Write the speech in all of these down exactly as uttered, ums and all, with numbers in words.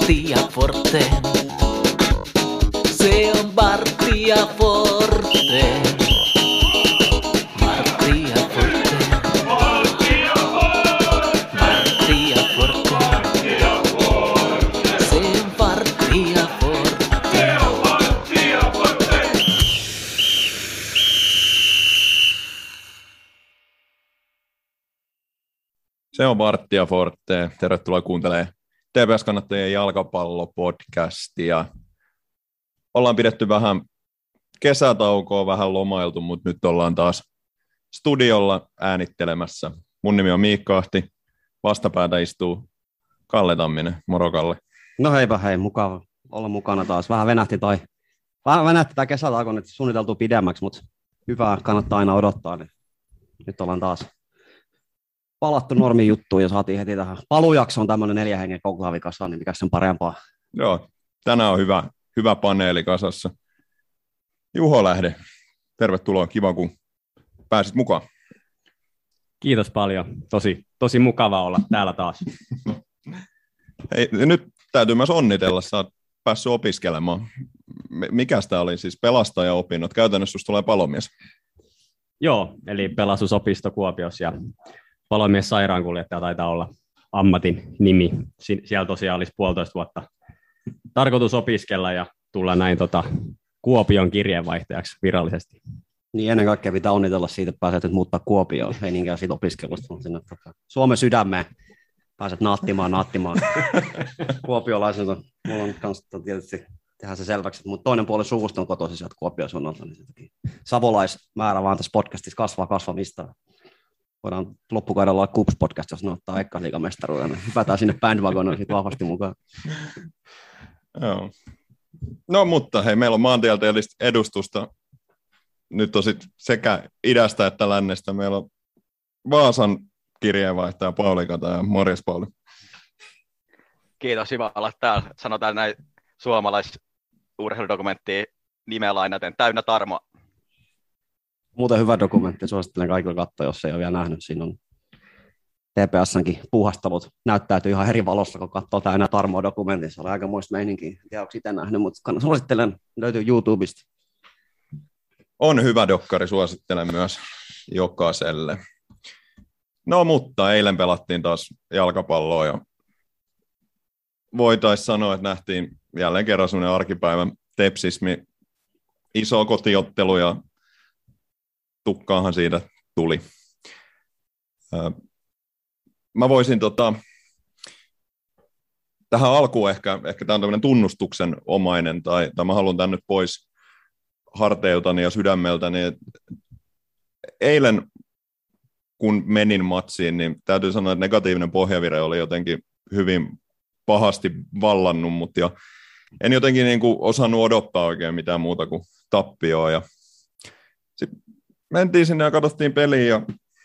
Bartia Forte. Se on Bartia Forte. Bartia Forte. Bartia Forte. Se on Bartia Forte. Se on Bartia Forte. Tervetuloa kuuntelemaan T P S-kannattajien jalkapallopodcastia. Ollaan pidetty vähän kesätaukoa, vähän lomailtu, mutta nyt ollaan taas studiolla äänittelemässä. Mun nimi on Miikka Ahti. Vastapäätä istuu Kalle Tamminen. Moro Kalle. No heipä hei, mukava olla mukana taas. Vähän venähti toi, vähän venähti tämä kesätauko nyt suunniteltu pidemmäksi, mutta hyvää kannattaa aina odottaa. Niin nyt ollaan taas palattu normin juttuun ja saatiin heti tähän palujaksoon tämmöinen neljä hengen konklaavi kasaan, niin mikä sen parempaa. Joo, tänään on hyvä, hyvä paneeli kasassa. Juho Lähde, tervetuloa. Kiva, kun pääsit mukaan. Kiitos paljon. Tosi, tosi mukava olla täällä taas. Hei, nyt täytyy myös onnitella, sä oot päässyt opiskelemaan. Mikäs tämä oli siis pelastajaopinnot? Käytännössä susta tulee palomies. Joo, eli pelastusopisto Kuopiossa ja palomies sairaankuljettaja taitaa olla ammatin nimi. Si- siellä tosiaan olisi puolitoista vuotta tarkoitus opiskella ja tulla näin tota, Kuopion kirjeenvaihtajaksi virallisesti. Niin ennen kaikkea pitää onnitella siitä, että pääset nyt muuttaa Kuopioon, ei niinkään siitä opiskelusta, mutta sinne tota, Suomen sydämeen pääset naattimaan, naattimaan kuopiolaisena. Mulla on kans tietysti tehdä se selväksi, mutta toinen puoli suvusta on kotoisin sieltä Kuopion suunnalta, niin savolaismäärä vaan tässä podcastissa kasvaa kasvamista. Voidaan loppukaudella olla Kups-podcast, jos ne ottaa Veikkausliigamestaruuden. Hypätään sinne bandwagonille sitten vahvasti mukaan. Joo. No mutta hei, meillä on maantieteellistä edustusta. Nyt on sit sekä idästä että lännestä. Meillä on Vaasan kirjeenvaihtaja Pauli Kata ja morjes Pauli. Kiitos, hyvä olla täällä. Sanotaan näin suomalaisurheiludokumenttia nimeä lainaten täynnä tarmoa. Muuten hyvä dokumentti, suosittelen kaikille katsoa, jos ei ole vielä nähnyt. Siinä on T P S:nkin puuhastelut näyttäytyy ihan eri valossa, kun katsoo täynnä tarmoa dokumentin. Se oli aika muista meininkiä. En tiedä, onko itse nähnyt, mutta suosittelen, löytyy YouTubesta. On hyvä dokkari, suosittelen myös jokaiselle. No mutta eilen pelattiin taas jalkapalloa ja voitaisiin sanoa, että nähtiin jälleen kerran sellainen arkipäivän tepsismi, iso kotiottelu ja tukkaahan siitä tuli. Mä voisin tota, tähän alkuun ehkä, ehkä tämä on tämmöinen tunnustuksen omainen, tai, tai mä haluan tän nyt pois harteiltani ja sydämeltäni. Eilen, kun menin matsiin, niin täytyy sanoa, että negatiivinen pohjavire oli jotenkin hyvin pahasti vallannut, mutta ja en jotenkin niin kuin osannut odottaa oikein mitään muuta kuin tappioa. Ja sitten mentiin sinne ja katsottiin peliä ja,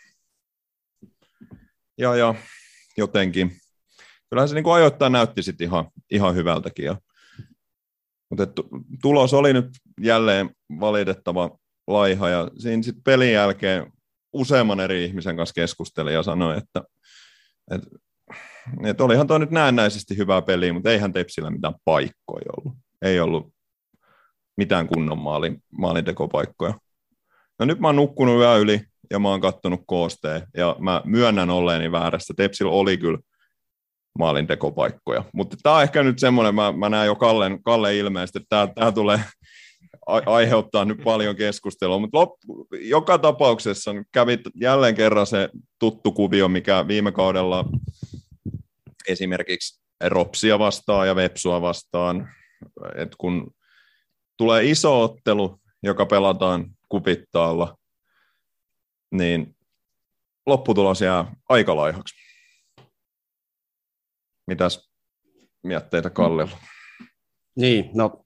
ja, ja jotenkin. Kyllähän se niin kuin ajoittain näytti sitten ihan, ihan hyvältäkin. Ja, mutta tulos oli nyt jälleen valitettava laiha ja siinä sitten pelin jälkeen useamman eri ihmisen kanssa keskustelin ja sanoi, että, että, että olihan toi nyt näennäisesti hyvää peliä, mutta eihän Tepsillä mitään paikkoja ollut. Ei ollut mitään kunnon maalin, maalintekopaikkoja. No nyt mä oon nukkunut yö yli ja mä oon kattonut koosteen ja mä myönnän olleeni väärässä. Tepsillä oli kyllä maalintekopaikkoja, mutta tää on ehkä nyt semmoinen, mä, mä näen jo Kallen, Kalle ilmeisesti, että tää, tää tulee a- aiheuttaa nyt paljon keskustelua, mutta loppu, joka tapauksessa kävi jälleen kerran se tuttu kuvio, mikä viime kaudella esimerkiksi Ropsia vastaan ja Vepsua vastaan, että kun tulee iso ottelu, joka pelataan Kupittaalla, niin lopputulos jää aika laihaksi. Mitäs mietteitä Kallella? Niin, no,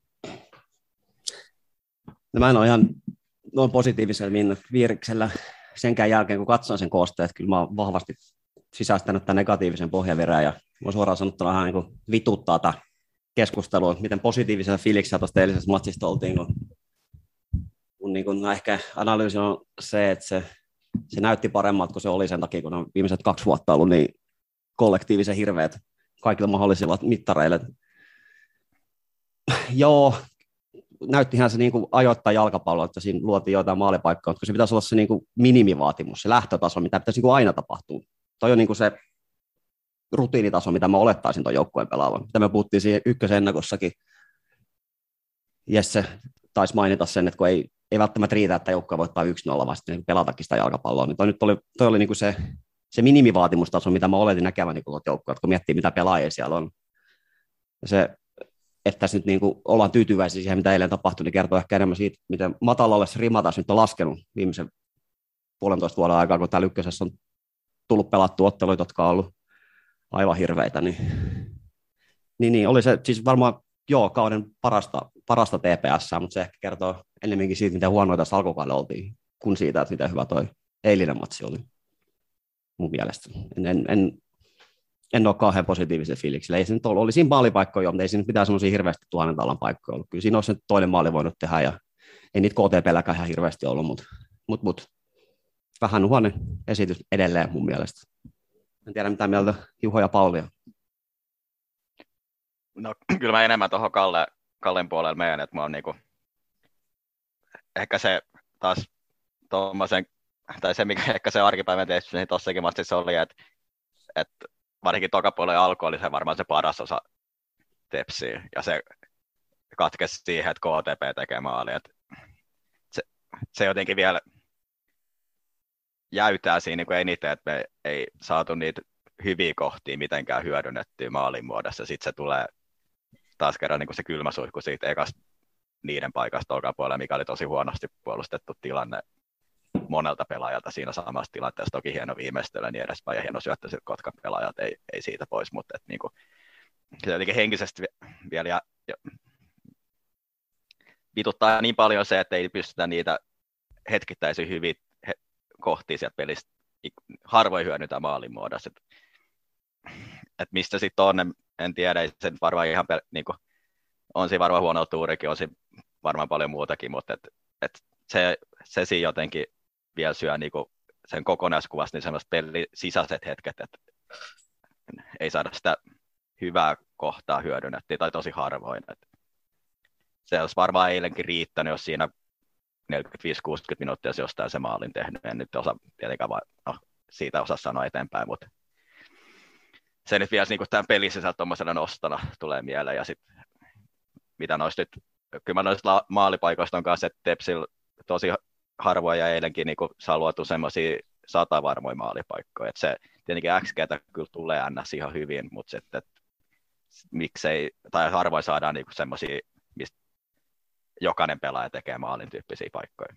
no mä en ole ihan noin positiivisella viiriksellä senkään jälkeen, kun katsoin sen koosteen, että kyllä mä oon vahvasti sisäistänyt tämän negatiivisen pohjavirään, ja mä suoraan sanottuna vähän niin kuin vituttaa tämä keskustelu, että miten positiivisella fiiliksellä tuosta edellisessä matsista oltiin, kun, kun, niin kun ehkä analyysi on se, että se, se näytti paremmalta kuin se oli sen takia, kun on viimeiset kaksi vuotta ollut niin kollektiivisen hirveät kaikilla mahdollisilla mittareilla. joo, näyttihän se niin kuin ajoittaa jalkapalloa, että siinä luotiin jotain maalipaikkaa, mutta se pitäisi olla se niin kuin minimivaatimus, se lähtötaso, mitä pitäisi niin kuin aina tapahtua. Toi on niin kuin se rutiinitaso, mitä mä olettaisin tuon joukkueen pelaavan. Mitä me puhuttiin siinä ykkösennakossakin. Jesse taisi mainita sen, että kun ei, ei välttämättä riitä, että joukkue voittaa yksi nolla vasta niin pelatakin sitä jalkapalloa, niin toi nyt oli, toi oli niin kuin se, se minimivaatimustaso, mitä mä oletin näkeväni niin joukkueet, kun miettii, mitä pelaajia siellä on. Ja se, että tässä nyt niin kuin ollaan tyytyväisiä siihen, mitä eilen tapahtui, niin kertoo ehkä enemmän siitä, miten matalalle se rima taas nyt on laskenut viimeisen puolentoista vuoden aikaa, kun täällä ykkösessä on tullut pelattu otteluita, jotka on ollut aivan hirveitä, niin, niin, niin oli se siis varmaan joo, kauden parasta, parasta T P S, mutta se ehkä kertoo enemmänkin siitä, miten huonoa tässä alkukaudella oltiin, kuin siitä, että miten hyvä toi eilinen matsi oli mun mielestä. En, en, en, en ole kauhean positiivisen fiiliksellä. Ei se nyt ollut, oli siinä maalipaikkoja, mutta ei siinä mitään semmoisia hirveästi tuhannen talan paikkoja ollut. Kyllä siinä olisi toinen maali voinut tehdä, ja ei niitä K T P:lläkään ihan hirveästi ollut, mutta mut, mut, vähän huono esitys edelleen mun mielestä. En tiedä, mitä mieltä Juho ja Pauli on. No kyllä mä enemmän tuohon Kalle, Kallen puolelle menen, että mä oon niinku, ehkä se taas tommosen, tai se mikä ehkä se arkipäivän tehty, niin tossakin matsissa oli, että, että varsinkin toka puolelle alku oli se varmaan se paras osa Tepsiä, ja se katkesi siihen, että K T P tekee maali, että se, se jotenkin vielä jäytää siinä niin kuin eniten, että me ei saatu niitä hyviä kohtia mitenkään hyödynnettyä maalin muodossa. Sitten se tulee taas kerran niin kuin se kylmä suihku siitä ekasta niiden paikasta tokapuolella, mikä oli tosi huonosti puolustettu tilanne monelta pelaajalta siinä samassa tilanteessa. Toki hieno viimeistely ja niin edespäin ja hieno syöttö siltä Kotkan pelaajat, ei, ei siitä pois, mutta että niin kuin, se jotenkin henkisesti vielä ja, ja, vituttaa niin paljon se, että ei pystytä niitä hetkittäisiä hyviä he, kohtia sieltä pelistä harvoin hyödyntää maalin muodossa. Et, et mistä sitten on, en, en tiedä, se varmaan ihan pel, niin kuin, on siinä varmaan huono tuurikin, on siinä varmaan paljon muutakin, mutta et, et se, se siinä jotenkin vielä syö niin kuin sen kokonaiskuvasta niin semmoiset pelin sisäiset hetket, että ei saada sitä hyvää kohtaa hyödynnettyä tai tosi harvoin. Et se olisi varmaan eilenkin riittänyt, jos siinä neljäkymmentäviisi kuusikymmentä minuuttia, jos jostain se maalin tehnyt. En nyt osaa tietenkään vaan, no, siitä osaa sanoa eteenpäin, mutta se nyt vielä niin tämän pelin sisältä tuommoisena nostona tulee mieleen. Ja sitten mitä noista nyt, kyllä mä noista maalipaikoista on kanssa, että Tepsillä tosi harvoin ja eilenkin niin saa luotu semmoisia satavarmoja maalipaikkoja. Että se tietenkin X G:tä kyllä tulee ns ihan hyvin, mutta sitten, että miksei, tai harvoin saadaan niin semmoisia, mistä jokainen pelaaja tekee maalin tyyppisiä paikkoja.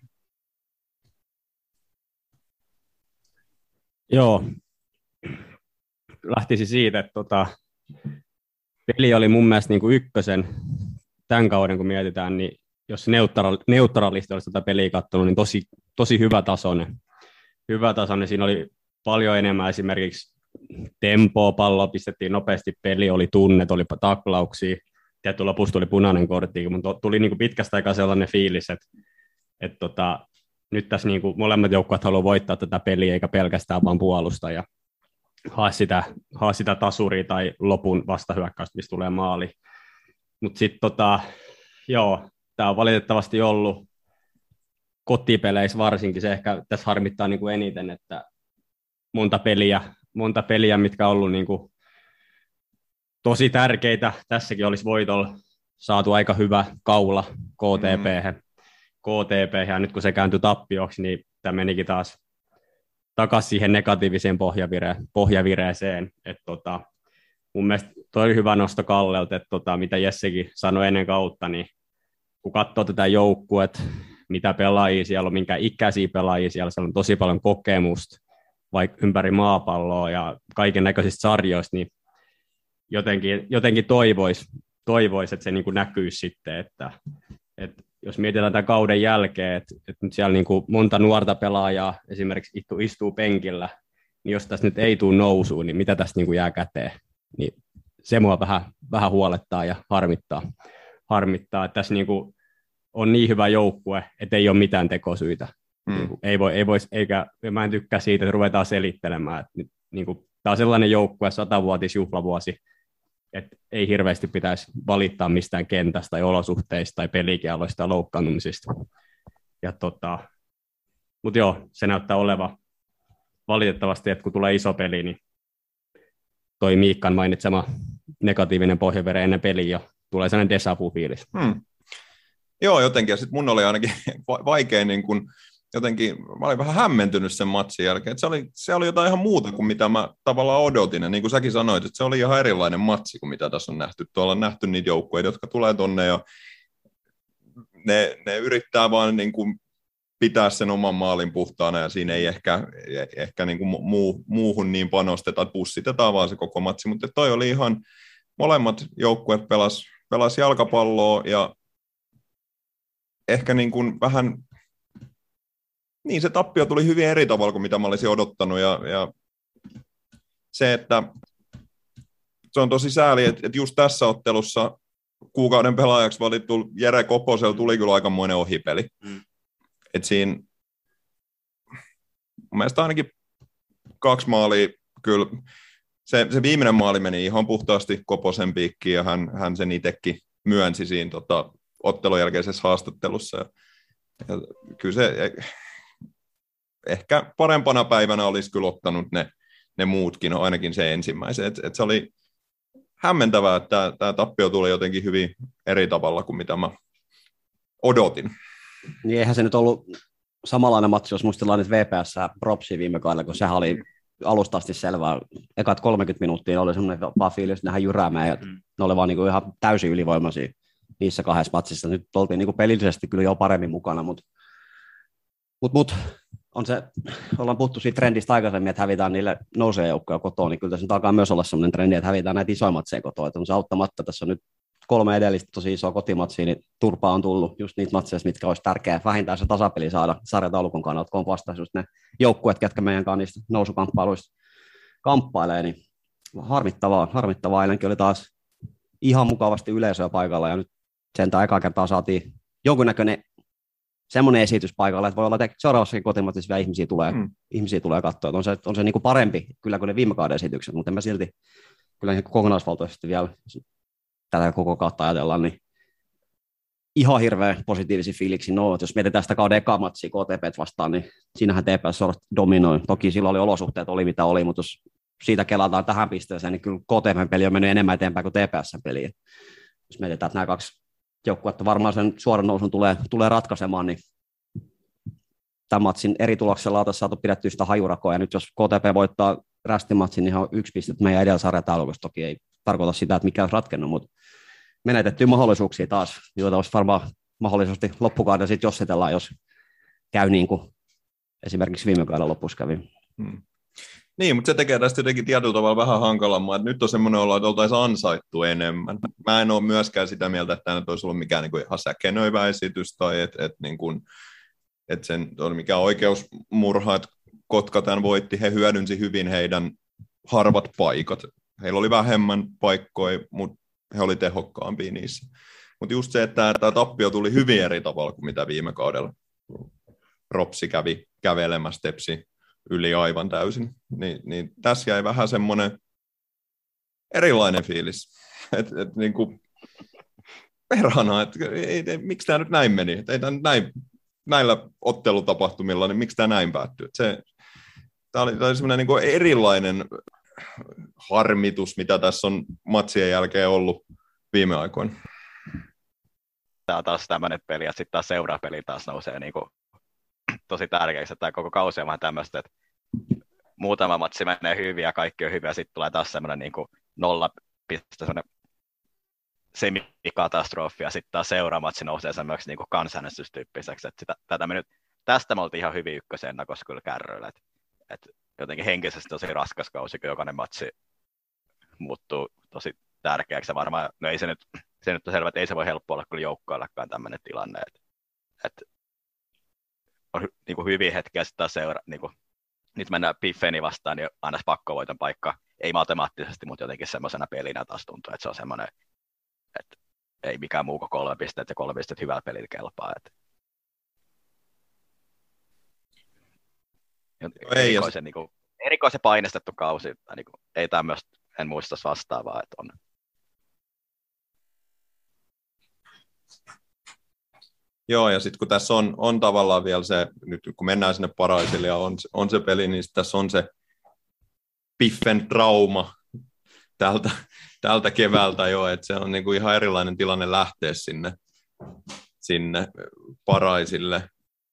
Joo, lähtisi siitä, että tota, peli oli mun mielestä niin kuin ykkösen tämän kauden, kun mietitään, niin jos neutraal, neutraalisti olisi tätä peliä katsonut, niin tosi, tosi hyvä tasoinen. Hyvä tasoinen, siinä oli paljon enemmän esimerkiksi tempoa, palloa pistettiin nopeasti, peli oli tunnet, oli taklauksia, tietty lopussa tuli punainen kortti, mutta tuli niin kuin pitkästä aikaa sellainen fiilis, että, että tota, nyt tässä niin kuin molemmat joukkueet haluaa voittaa tätä peliä, eikä pelkästään vaan puolustaa ja hae sitä, hae sitä tasuria tai lopun vastahyökkäystä, mistä tulee maali. Mutta sitten tota, joo, tämä on valitettavasti ollut kotipeleissä varsinkin, se ehkä tässä harmittaa niin kuin eniten, että monta peliä, monta peliä, mitkä on ollut niin kuin tosi tärkeitä. Tässäkin olisi voitolla saatu aika hyvä kaula K T P:hen. Mm. K T P, ja nyt kun se kääntyi tappioksi, niin tämä menikin taas takaisin siihen negatiiviseen pohjavire- pohjavireeseen. Et tota, mun mielestä toi oli hyvä nosto Kallelta, että tota, mitä Jessekin sanoi ennen kautta, niin kun katsoo tätä joukkuetta, mitä pelaajia siellä on, minkä ikäisiä pelaajia siellä, siellä on tosi paljon kokemusta, vaikka ympäri maapalloa ja kaiken näköisistä sarjoista, niin jotenkin, jotenkin toivoisi, toivois, että se niin kuin näkyy sitten, että, että jos mietitään tämän kauden jälkeen, että, että nyt siellä niin kuin monta nuorta pelaajaa esimerkiksi istuu, istuu penkillä, niin jos tässä nyt ei tule nousuun, niin mitä tästä niin kuin jää käteen? Niin se mua vähän, vähän huolettaa ja harmittaa, harmittaa että tässä niin kuin on niin hyvä joukkue, että ei ole mitään tekosyitä. Mm. Niin kuin, ei voi, ei vois, eikä, mä en tykkää siitä, että ruvetaan selittelemään. Että, niin kuin, tämä on sellainen joukkue, satavuotis juhlavuosi, että ei hirveästi pitäisi valittaa mistään kentästä tai olosuhteista tai pelikialoista tai loukkaantumisista. Ja tota, mutta joo, se näyttää olevan valitettavasti, että kun tulee iso peli, niin toi Miikkan mainitsema negatiivinen pohjavere ennen peliä jo tulee sellainen déjà vu-fiilis. Hmm. Joo, jotenkin. Ja sitten mun oli ainakin vaikea, niin kun, jotenkin, mä olin vähän hämmentynyt sen matsin jälkeen. Että se, oli, se oli jotain ihan muuta kuin mitä mä tavallaan odotin. Ja niin kuin säkin sanoit, että se oli ihan erilainen matsi kuin mitä tässä on nähty. Tuolla on nähty niitä joukkueita, jotka tulee tonne ja ne, ne yrittää vaan niin kuin pitää sen oman maalin puhtaana ja siinä ei ehkä, ehkä niin kuin muu, muuhun niin panosteta, että pussitetaan vaan se koko matsi. Mutta toi oli ihan, molemmat joukkueet pelas, pelas jalkapalloa ja ehkä niin kuin vähän, niin se tappio tuli hyvin eri tavalla kuin mitä mä olisin odottanut ja, ja se, että se on tosi sääli, että, että just tässä ottelussa kuukauden pelaajaksi valittu Jere Koposella tuli kyllä aikamoinen ohipeli. Mm. Että siinä mun mielestä ainakin kaksi maalia kyllä, se, se viimeinen maali meni ihan puhtaasti Koposen piikkiin ja hän, hän sen itsekin myönsi siinä tota, ottelun jälkeisessä haastattelussa. Ja, ja kyllä se ehkä parempana päivänä olisi kyllä ottanut ne, ne muutkin, no ainakin se ensimmäisen. Et, et se oli hämmentävää, että tämä tappio tuli jotenkin hyvin eri tavalla kuin mitä mä odotin. Niin eihän se nyt ollut samanlainen matsi, jos muistellaan nyt V P S Propsi viime kaudella, kun sehän oli alusta asti selvää. Ekat kolmekymmentä minuuttia oli semmoinen vaan fiilis, että nähdään jyräämään, ja mm. ne oli vaan niin kuin ihan täysin ylivoimaisia niissä kahdessa matsissa. Nyt oltiin niin kuin pelillisesti kyllä jo paremmin mukana, mutta mut, mut, on se, ollaan puhuttu siitä trendistä aikaisemmin, että hävitään niille nousejajoukkoja kotoa, niin kyllä tässä nyt alkaa myös olla semmoinen trendi, että hävitään näitä isoja matseja kotoa, että on se auttamatta. Tässä on nyt kolme edellistä tosi isoa kotimatsia, niin turpaa on tullut just niitä matseja, mitkä olisi tärkeää vähintään se tasapeli saada sarjataulukon kannalta, kun on vastaus just ne joukkueet, ketkä meidän kanssa niistä nousukamppailuista kamppailee, niin harmittavaa, harmittavaa. Eilenkin oli taas ihan mukavasti yleisöä paikalla, ja nyt sentään ekaa kertaa saatiin jonkunnäköinen semmoinen esitys paikalla, että voi olla, että seuraavassakin kotimatsissa vielä ihmisiä tulee, mm. ihmisiä tulee katsoa, että on se, on se niin kuin parempi kyllä kuin ne viime kauden esitykset, mutta en mä silti kyllä niin kokonaisvaltaisesti vielä tätä koko kautta ajatellaan, niin ihan hirveän positiivisia fiiliksi. No, että jos mietitään sitä kauden ekaa matsia K T P vastaan, niin siinähän T P S dominoi. Toki silloin oli olosuhteet, oli mitä oli, mutta jos siitä kelataan tähän pisteeseen, niin kyllä K T P-peli on mennyt enemmän eteenpäin kuin T P S-peli. Jos mietitään, että nämä kaksi joukkuetta varmaan sen suoran nousun tulee, tulee ratkaisemaan, niin tämän matsin eri tuloksella oltaisiin saatu pidettyä sitä hajurakoa, ja nyt jos K T P voittaa rästimatsin, niin ihan yksi pistettä meidän edellä sarjataulukossa. Toki ei tarkoita sitä, että mikä olisi ratkennut, mutta menetettyä mahdollisuuksia taas, joita olisi varmaan mahdollisesti loppukauden sitten jossitellaan, jos käy niin kuin esimerkiksi viime kaudella lopussa kävi. Hmm. Niin, mutta se tekee tästä jotenkin tietyllä tavalla vähän hankalammaa, että nyt on semmoinen olo, että oltaisiin ansaittu enemmän. Mä en ole myöskään sitä mieltä, että tämä olisi ollut mikään niin kuin ihan säkenöivä esitys, tai että, että, niin kuin, että sen on mikään oikeusmurha, että Kotka tämän voitti, he hyödynsi hyvin heidän harvat paikat. Heillä oli vähemmän paikkoja, mutta he oli tehokkaampia niissä. Mutta just se, että tämä tappio tuli hyvin eri tavalla kuin mitä viime kaudella. Ropsi kävi kävelemässä Tepsi yli aivan täysin. Ni, niin tässä jäi vähän semmoinen erilainen fiilis. Että et, niinku, perhana, että ei, ei, miksi tämä nyt näin meni? Et ei tämä näin, näillä ottelutapahtumilla, niin miksi tämä näin päättyi? Se, tämä oli, oli semmoinen niinku erilainen harmitus, mitä tässä on matsien jälkeen ollut viime aikoina. Tämä on taas tämmöinen peli, ja sitten taas seuraapeli taas nousee niin kuin tosi tärkeäksi, että tämä koko kausi on vähän tämmöistä, että muutama matsi menee hyvin ja kaikki on hyvin, ja sitten tulee taas semmoinen niin kuin nolla piste, semmoinen semikatastrofi, ja sitten taas seuraamatsi nousee semmoiseksi niin kuin kansanäänestystyyppiseksi, että sitä, tätä me nyt, tästä me oltiin ihan hyvin ykkösennakossa kyllä kärryillä, että, että jotenkin henkisesti tosi raskas kausi, kun jokainen matsi muuttuu tosi tärkeäksi, ja varmaan, no ei se nyt, se nyt on selvä, että ei se voi helppo olla kyllä joukkoillakaan tämmöinen tilanne, että, että on hy, niin kuin hyviä hetkiä sitten taas seura, niin kuin, nyt mennään Piffeni vastaan, niin aina pakkovoiton paikka, ei matemaattisesti, mutta jotenkin semmoisena pelinä taas tuntuu, että se on semmoinen, että ei mikään muu kuin kolme pisteet ja kolme pisteet hyvällä pelillä kelpaa. Että erikoisen, niin kuin, erikoisen painestettu kausi, niin kuin, ei tämmöistä, en muista vastaavaa, että on Joo, ja sitten kun tässä on, on tavallaan vielä se, nyt kun mennään sinne Paraisille ja on, on se peli, niin tässä on se Piffen trauma tältä, tältä keväältä jo, että se on niinku ihan erilainen tilanne lähteä sinne, sinne Paraisille.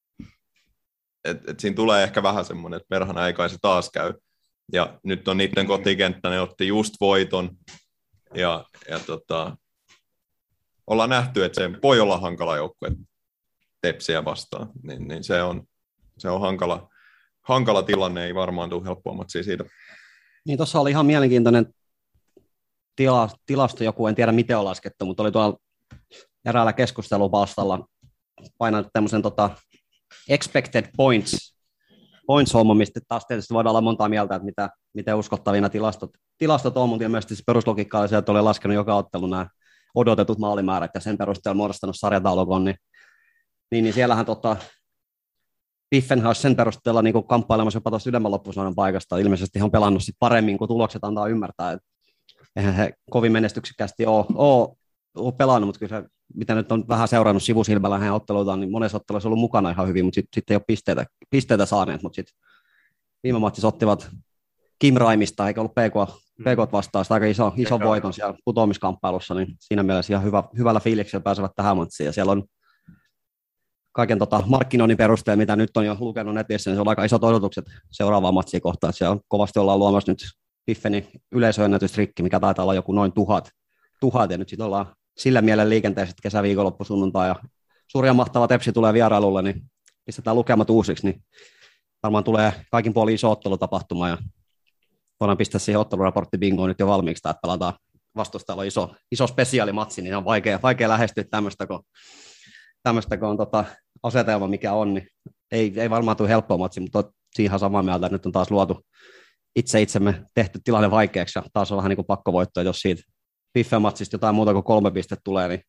Et, et siinä tulee ehkä vähän semmoinen, että perhana ei kai se taas käy. Ja nyt on niiden kotikenttä, ne otti just voiton, ja, ja tota, ollaan nähty, että se voi olla hankala joukkue Tepsiä vastaan, niin, niin se on, se on hankala, hankala tilanne, ei varmaan tule helppoa matsia siitä. Niin tuossa oli ihan mielenkiintoinen tila, tilasto joku, en tiedä miten on laskettu, mutta oli tuolla eräällä keskustelupalstalla painanut tämmöisen tota, expected points, points-homma, mistä taas tietysti voidaan olla montaa mieltä, että mitä, miten uskottavina tilastot, tilastot on, mutta ilmeisesti se peruslogiikka oli se, että oli laskenut joka ottelu nämä odotetut maalimäärät ja sen perusteella muodostanut sarjataulukon, niin, niin, niin siellähän tota, Piffen olisi sen perusteella niin kuin kamppailemassa jopa tuossa ylemmän loppusuoran paikasta. Ilmeisesti he on pelannut sit paremmin, kun tulokset antaa ymmärtää. Et eihän he kovin menestyksekkäästi ole, ole, ole pelannut, mutta kyllä se, mitä nyt on vähän seurannut sivusilmällä heidän otteluitaan, niin monessa ottelussa on ollut mukana ihan hyvin, mutta sitten sit ei ole pisteitä, pisteitä saaneet. Mutta sitten viime matsissa ottivat Kim Raimista, eikä ollut P K, P K vastaan, sitä aika iso, iso voiton siellä putoamiskamppailussa, niin siinä mielessä ihan hyvä, hyvällä fiiliksellä pääsevät tähän matsiin. Ja siellä on kaiken tota markkinoinnin perusteella, mitä nyt on jo lukenut netissä, niin se on aika isot odotukset seuraavaan matsiin kohtaan. Siellä kovasti ollaan luomassa nyt Piffenin yleisöennätystrikki, mikä taitaa olla joku noin tuhat, tuhat ja nyt sitten ollaan sillä mielen liikenteessä kesäviikonloppu sunnuntai, ja suuri ja mahtava Tepsi tulee vierailulle, niin pistetään lukemat uusiksi, niin varmaan tulee kaikin puolin iso ottelutapahtuma, ja voidaan pistää siihen otteluraportti bingoon nyt jo valmiiksi, että pelataan vastustajalla on iso, iso spesiaalimatsi, niin on vaikea, vaikea lähestyä tämmöistä, kun tämmöistä, kun on tota asetelma, mikä on, niin ei, ei varmaan tule helppoa matsi, mutta siihen samaa mieltä, että nyt on taas luotu itse itsemme tehty tilanne vaikeaksi, ja taas on vähän niin kuin pakkovoittoa, jos siitä Piffen-matsista jotain muuta kuin kolme pistettä tulee, niin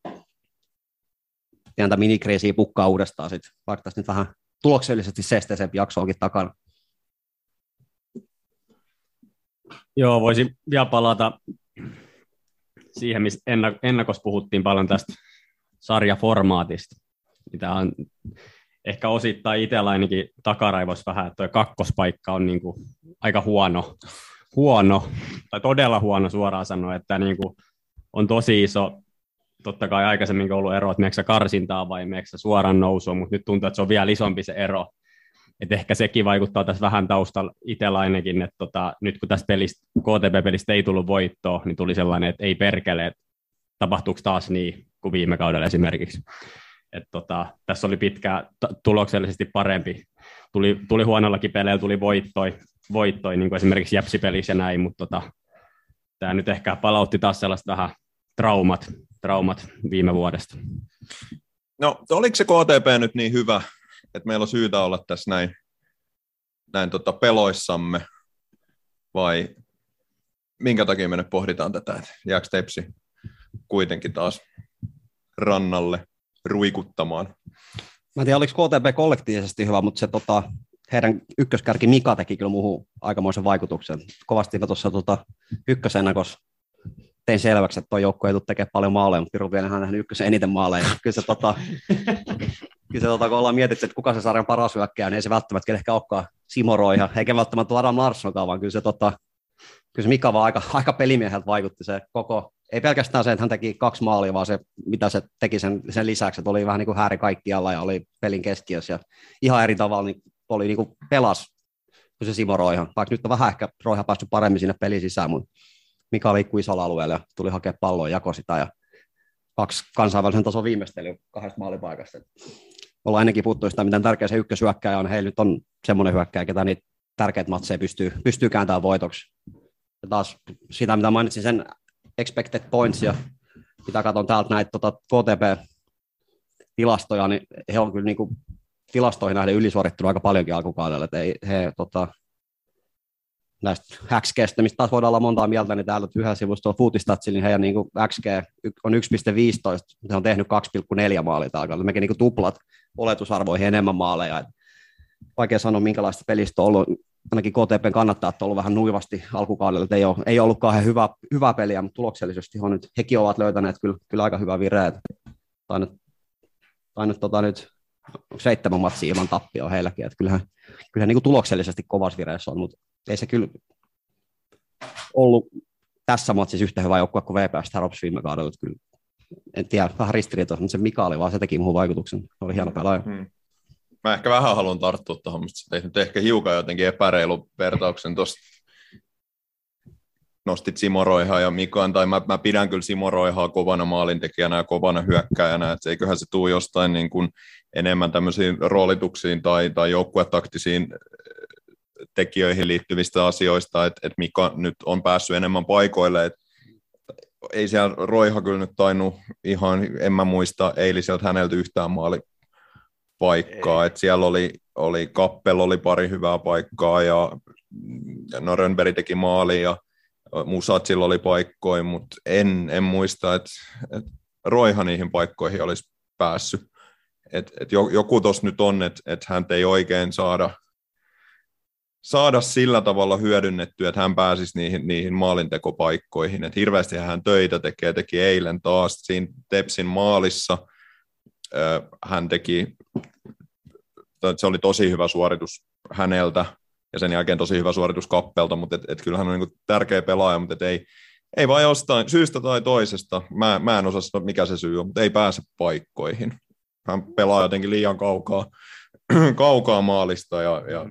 pientä minikriisiä pukkaa uudestaan sitten, vaikka tässä nyt vähän tuloksellisesti seesteisempi jakso onkin takana. Joo, voisin vielä palata siihen, missä ennakossa puhuttiin paljon tästä sarjaformaatista. Mitä on ehkä osittain itsellä ainakin takaraivossa vähän, että tuo kakkospaikka on niin kuin aika huono, huono, tai todella huono suoraan sanoa, että niin kuin on tosi iso, totta kai aikaisemmin on ollut ero, että meneekö karsintaa vai meneekö suoraan nousua, mutta nyt tuntuu, että se on vielä isompi se ero. Et ehkä sekin vaikuttaa tässä vähän taustalla itsellä ainakin, että tota, nyt kun tästä pelistä, K T P-pelistä ei tullut voittoa, niin tuli sellainen, että ei perkele, että tapahtuuko taas niin kuin viime kaudella esimerkiksi. Et tota, tässä oli pitkään t- tuloksellisesti parempi. Tuli, tuli huonollakin peleillä, tuli voittoi, voittoi niin kuin esimerkiksi Jepsi-pelissä ja näin, mutta tota, tämä nyt ehkä palautti taas sellaista vähän traumat, traumat viime vuodesta. No, oliko se K T P nyt niin hyvä, että meillä on syytä olla tässä näin, näin tota peloissamme, vai minkä takia me nyt pohditaan tätä, että jääkö Tepsi kuitenkin taas rannalle ruikuttamaan? Mä en tiedä, oliko K T P kollektiivisesti hyvä, mutta se tota, heidän ykköskärki Mika teki kyllä muuhun aikamoisen vaikutuksen. Kovasti mä tuossa tota, ykkösennakossa tein selväksi, että tuo joukko ei tule tekemään paljon maaleja, mutta Piru vielä hän nähnyt ykkösen eniten maaleja. Kyllä se, tota, kyllä se tota, kun ollaan mietitty, että kuka se sarjan paras hyökkää, niin ei se välttämättä ehkä olekaan Simo Roiha, eikä välttämättä Adam Larssonkaan, vaan kyllä se, tota, kyllä se Mika vaan aika, aika pelimieheltä vaikutti se koko. Ei pelkästään se, että hän teki kaksi maalia, vaan se, mitä se teki sen, sen lisäksi, että oli vähän niin kuin häiri kaikkialla ja oli pelin keskiössä. Ja ihan eri tavalla niin oli niin kuin pelas kuin se Simo Roiha. Vaikka nyt on vähän ehkä Roiha päässyt paremmin sinne pelin sisään, mutta Mika liikkui isolla alueella ja tuli hakea palloa ja jakoi sitä. Ja kaksi kansainvälisen tason viimeistelyä kahdesta maalipaikasta. Ollaan ennenkin puhuttu sitä, miten tärkeä se ykköshyökkäjä on. Heillä nyt on semmoinen hyökkäjä, ketä niitä tärkeitä matseja pystyy, pystyy kääntämään voitoksi. Ja taas sitä, mitä mainitsin, sen expected points, ja mitä katson täältä näitä tota, K T P-tilastoja, niin he on kyllä niin kuin tilastoihin nähden ylisuorittunut aika paljonkin alkukaudella. Että ei, he, tota, näistä X G:stä, mistä taas voidaan olla montaa mieltä, niin täällä yhdellä sivustolla Futistatsilla, niin heidän niin kuin X G on yksi pilkku viisitoista, he on tehnyt kaksi pilkku neljä maalia tällä kaudella. Mekin niin kuin tuplat oletusarvoihin enemmän maaleja. Et vaikea sanoa, minkälaista pelistä on ollut. Ainakin K T P:n kannattajat on ollut vähän nuivasti alkukaudella, että ei, ole, ei ollut kauhean hyvä, hyvä peliä, mutta tuloksellisesti on nyt, hekin ovat löytäneet kyllä, kyllä aika hyvää vireä. Tai nyt tainnut tota nyt seitsemän matsia ilman tappia heilläkin, että kyllähän, kyllähän niin kuin tuloksellisesti kovassa vireessä on, mutta ei se kyllä ollut tässä matsissa yhtä hyvä joukkue kuin V P S Tarops viime kaudella, että kyllä en tiedä, vähän ristiriitoista, mutta se Mika oli vaan, se teki muuhun vaikutuksen, se oli hieno pelaaja. Hmm. Mä ehkä vähän haluan tarttua tuohon, mutta sä teit nyt ehkä hiukan jotenkin epäreilu vertauksen tuosta. Nostit Simo Roihaa ja Mikan, tai mä, mä pidän kyllä Simo Roihaa kovana maalintekijänä ja kovana hyökkääjänä, että eiköhän se tule jostain niin kuin enemmän tämmöisiin roolituksiin tai, tai joukkuetaktisiin tekijöihin liittyvistä asioista, että, että Mika nyt on päässyt enemmän paikoille, että ei siellä Roiha kyllä nyt tainnut ihan, en mä muista eiliseltä häneltä yhtään maalipaikkaa, että siellä oli, oli Kappel oli pari hyvää paikkaa ja, ja no Rönnberg teki maali ja Musatsilla oli paikkoja, mutta en, en muista, että, että Roiha niihin paikkoihin olisi päässyt. Et, et joku tuossa nyt on, että et häntä ei oikein saada, saada sillä tavalla hyödynnettyä, että hän pääsisi niihin, niihin maalintekopaikkoihin. Et hirveästi hän töitä tekee, teki eilen taas siinä Tepsin maalissa. Hän teki, se oli tosi hyvä suoritus häneltä, ja sen jälkeen tosi hyvä suoritus Kappelta, mutta et, et kyllähän on niin tärkeä pelaaja, mutta et ei, ei vaan jostain syystä tai toisesta, mä, mä en osaa sanoa mikä se syy on, mutta ei pääse paikkoihin. Hän pelaa jotenkin liian kaukaa, kaukaa maalista ja, ja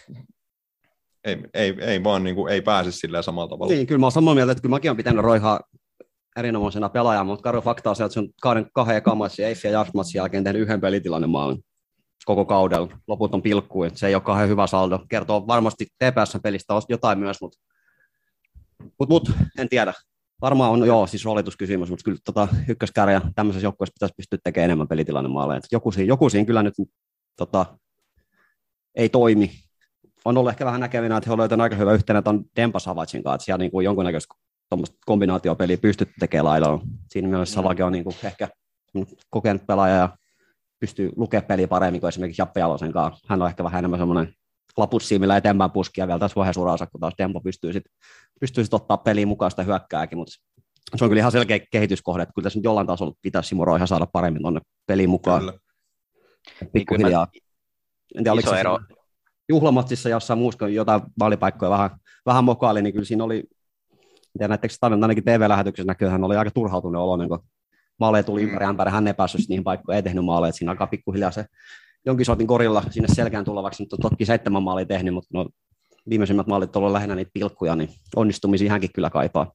ei, ei, ei vaan niin kuin, ei pääse silleen samalla tavalla. Niin, kyllä mä oon samaa mieltä, että kyllä mäkin olen pitänyt Roihaa erinomaisena pelaajana, mutta karu fakta on se, että se on kahden, kahden kamatsin ja Eif ja Jaff-matsin jälkeen tehnyt yhden pelitilanne maalin koko kaudella. Loput on pilkkuja. Se ei ole kauhean hyvä saldo. Kertoo varmasti T P S-pelistä jotain myös, mutta mut, mut, en tiedä. Varmaan on joo, siis roolituskysymys, mutta kyllä tota, ykköskärjä tämmöisessä joukkueessa pitäisi pystyä tekemään enemmän pelitilanne maaleja. Joku, joku siinä kyllä nyt tota, ei toimi. On ollut ehkä vähän näkevinä, että he on löytänyt aika hyvä yhtenä tuon Dempa Savagin kanssa, että siellä niin kuin jonkunnäköistä kombinaatiopeliä pystyt tekemään laidalla. Siinä mielessä Savage on niin kuin ehkä kokenut pelaaja ja pystyy lukemaan peliä paremmin kuin esimerkiksi Jappe Jalosen kanssa. Hän on ehkä vähän enemmän semmoinen lapussia, millä eteenpäin puskia vielä tässä vaiheessa uraansa, kun taas Dempo pystyy sitten pystyy sit ottaa peliin mukaan sitä hyökkääkin, mutta se on kyllä ihan selkeä kehityskohde, että kyllä tässä nyt jollain tasolla pitäisi Simo Roiha saada paremmin tuonne peliin mukaan. Kyllä. Pikkuhiljaa. En tiedä, oliko se ero. Juhlamatsissa jossain muussa, jotain vaalipaikkoja vähän, vähän mokaali, niin kyllä siinä oli, en tiedä näettekö sitä, ainakin T V-lähetyksessä näkyy, hän oli aika turhautunut oloinen, kun maaleja tuli ympäri ämpäri, hän ei päässyt niihin paikkoihin, ei tehnyt maaleja, siinä alkaa pikkuhiljaa se jonkin sortin korilla sinne selkään tulevaksi, nyt on toki seitsemän maalia tehnyt, mutta no, viimeisimmät maalit on ollut lähinnä niitä pilkkuja, niin onnistumisia hänkin kyllä kaipaa.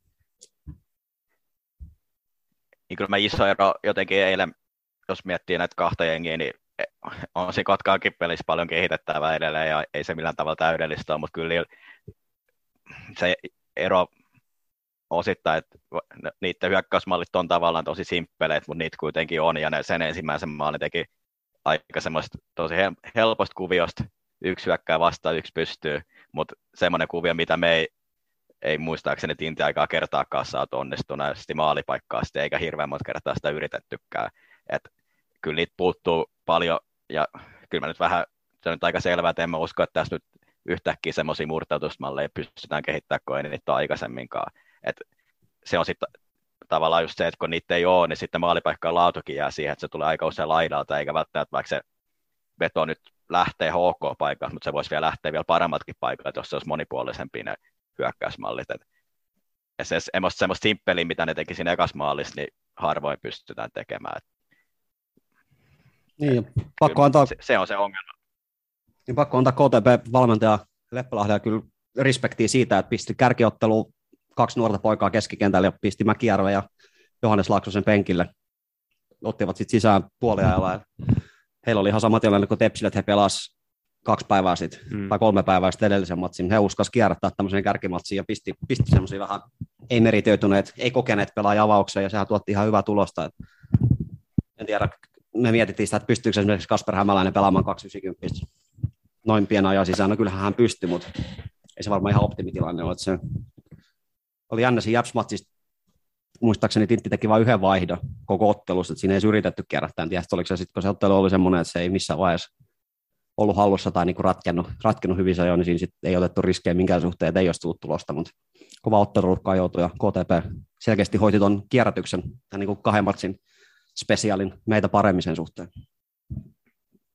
Niin kyllä mä iso ero jotenkin eilen, jos miettii näitä kahta jengiä, niin on siinä Kotkaankin pelissä paljon kehitettävää edelleen ja ei se millään tavalla täydellistä ole, mutta kyllä se ero osittain, että niiden hyökkäysmallit on tavallaan tosi simppeleitä, mutta niitä kuitenkin on ja ne sen ensimmäisen maalin teki aika semmoista tosi helposta kuviosta, yksi hyökkää vastaan, yksi pystyy, mutta semmoinen kuvio, mitä me ei, ei muistaakseni Tinti aikaa kertaakaan saatu onnistuneesti maalipaikkaa, sitten eikä hirveän monta kertaa sitä yritettykään, että kyllä niitä puuttuu paljon, ja kyllä mä nyt vähän, se on nyt aika selvää, että en mä usko, että tässä nyt yhtäkkiä semmoisia murtautusmalleja pystytään kehittämään, kun ei niitä ole aikaisemminkaan. Et se on sitten tavallaan just se, että kun niitä ei ole, niin sitten maalipaikkaan laatukin jää siihen, että se tulee aika usein laidalta, eikä välttämättä vaikka se veto nyt lähtee H K-paikasta, mutta se voisi vielä lähteä vielä paremmatkin paikat, jos se olisi monipuolisempi ne hyökkäysmallit. Et, ja se semmoista simppeliä, mitä ne teki siinä ekassa maalissa, niin harvoin pystytään tekemään. Niin, pakko antaa, se, se on se ongelma. Niin pakko antaa K T P-valmentaja Leppälahdella kyllä respektiä siitä, että pisti kärkiotteluun kaksi nuorta poikaa keskikentälle ja pisti Mäkijärven ja Johannes Laaksosen penkille. Ottivat sitten sisään puoliajalla. Heillä oli ihan sama tilanne kuin Tepsille, että he pelasivat kaksi päivää sitten, mm. tai kolme päivää sitten edellisen matsin. He uskasivat kierrättää tämmöisen kärkimatsiin ja pisti, pisti semmoisia vähän ei-meritöityneet, ei-kokeneet pelaajia avaukseen, ja sehän tuotti ihan hyvää tulosta. Et en tiedä, me mietittiin sitä, että pystyykö esimerkiksi Kasper Hämäläinen pelaamaan kaksisataayhdeksänkymmentä noin pienen ajan sisään. No kyllähän hän pystyi, mutta ei se varmaan ihan optimitilanne ole. Se oli jännä siinä Japs-matsissa. Muistaakseni Tintti teki vain yhden vaihdon koko ottelussa, että siinä ei yritetty kierrättää. En tiedä, oliko se sitten, kun se ottelu oli semmoinen, että se ei missään vaiheessa ollut hallussa tai niinku ratkennut, ratkennut hyvissä ajoin, niin siinä sit ei otettu riskejä minkään suhteen, että ei olisi tullut tulosta, mutta kova ottelurukkaan joutui ja K T P selkeästi hoiti tuon kierrätyksen, tämän niinku kahden matsin spesiaalin meitä paremmin sen suhteen.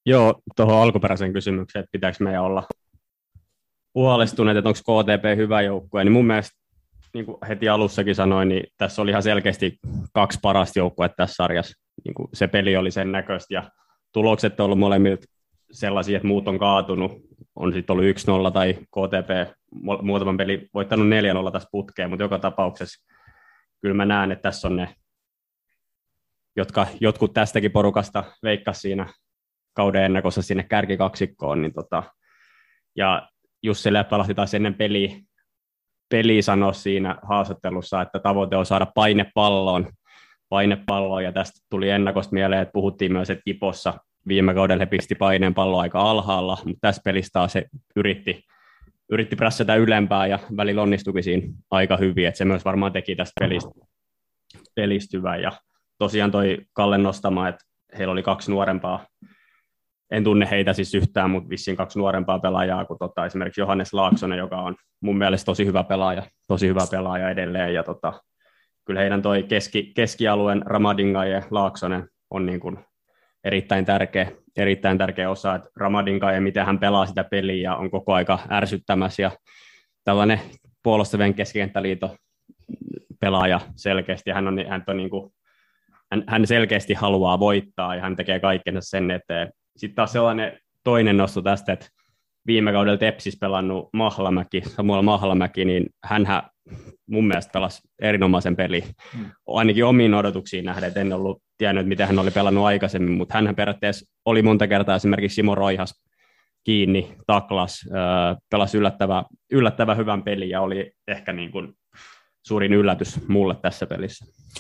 Joo, tuohon alkuperäiseen kysymykseen, että pitääkö meidän olla huolestuneet, että onko K T P hyvä joukkue, niin mun mielestä, niin kuin heti alussakin sanoin, niin tässä oli ihan selkeästi kaksi parasta joukkuetta tässä sarjassa. Niin kuin se peli oli sen näköistä, ja tulokset on ollut molemmilta sellaisia, että muut on kaatunut. On sitten ollut yksi nolla tai K T P muutaman peli voittanut neljä nolla tässä putkeen, mutta joka tapauksessa kyllä mä näen, että tässä on ne, jotka jotkut tästäkin porukasta veikkasi siinä kauden ennakossa sinne kärkikaksikkoon, niin tota, ja Jussi Leppälahti taas ennen peliä, peliä sanoi siinä haastattelussa, että tavoite on saada paine palloon, paine palloon, ja tästä tuli ennakosta mieleen, että puhuttiin myös, että Ipossa viime kaudella he pisti paineen palloa aika alhaalla, mutta tässä pelissä taas se yritti, yritti prässätä ylempää, ja välillä onnistuikin siinä aika hyvin, että se myös varmaan teki tästä pelistä, pelistä hyvän, ja tosiaan toi Kalle nostama, että heillä oli kaksi nuorempaa, en tunne heitä siis yhtään, mutta vissiin kaksi nuorempaa pelaajaa, kuin tota, esimerkiksi Johannes Laaksonen, joka on mun mielestä tosi hyvä pelaaja, tosi hyvä pelaaja edelleen, ja tota, kyllä heidän toi keski, keskialueen Ramadinga ja Laaksonen on niin kuin erittäin tärkeä, erittäin tärkeä osa, että Ramadinga ja miten hän pelaa sitä peliä ja on koko aika ärsyttämässä, ja tällainen puolustavien keskikenttäliiton pelaaja selkeästi, hän, on, hän, on niin kuin, hän, hän selkeästi haluaa voittaa, ja hän tekee kaikkensa sen eteen. Sitten taas sellainen toinen nosto tästä, että viime kaudella Tepsis pelannut Mahlamäki, Samuel Mahlamäki, niin hänhän mun mielestä pelasi erinomaisen peli. Hmm. Ainakin omiin odotuksiin nähden, että en ollut tiennyt, miten hän oli pelannut aikaisemmin, mutta hänhän periaatteessa oli monta kertaa esimerkiksi Simo Roihas kiinni, taklas, pelasi yllättävä, yllättävä hyvän pelin ja oli ehkä niin kuin suurin yllätys mulle tässä pelissä.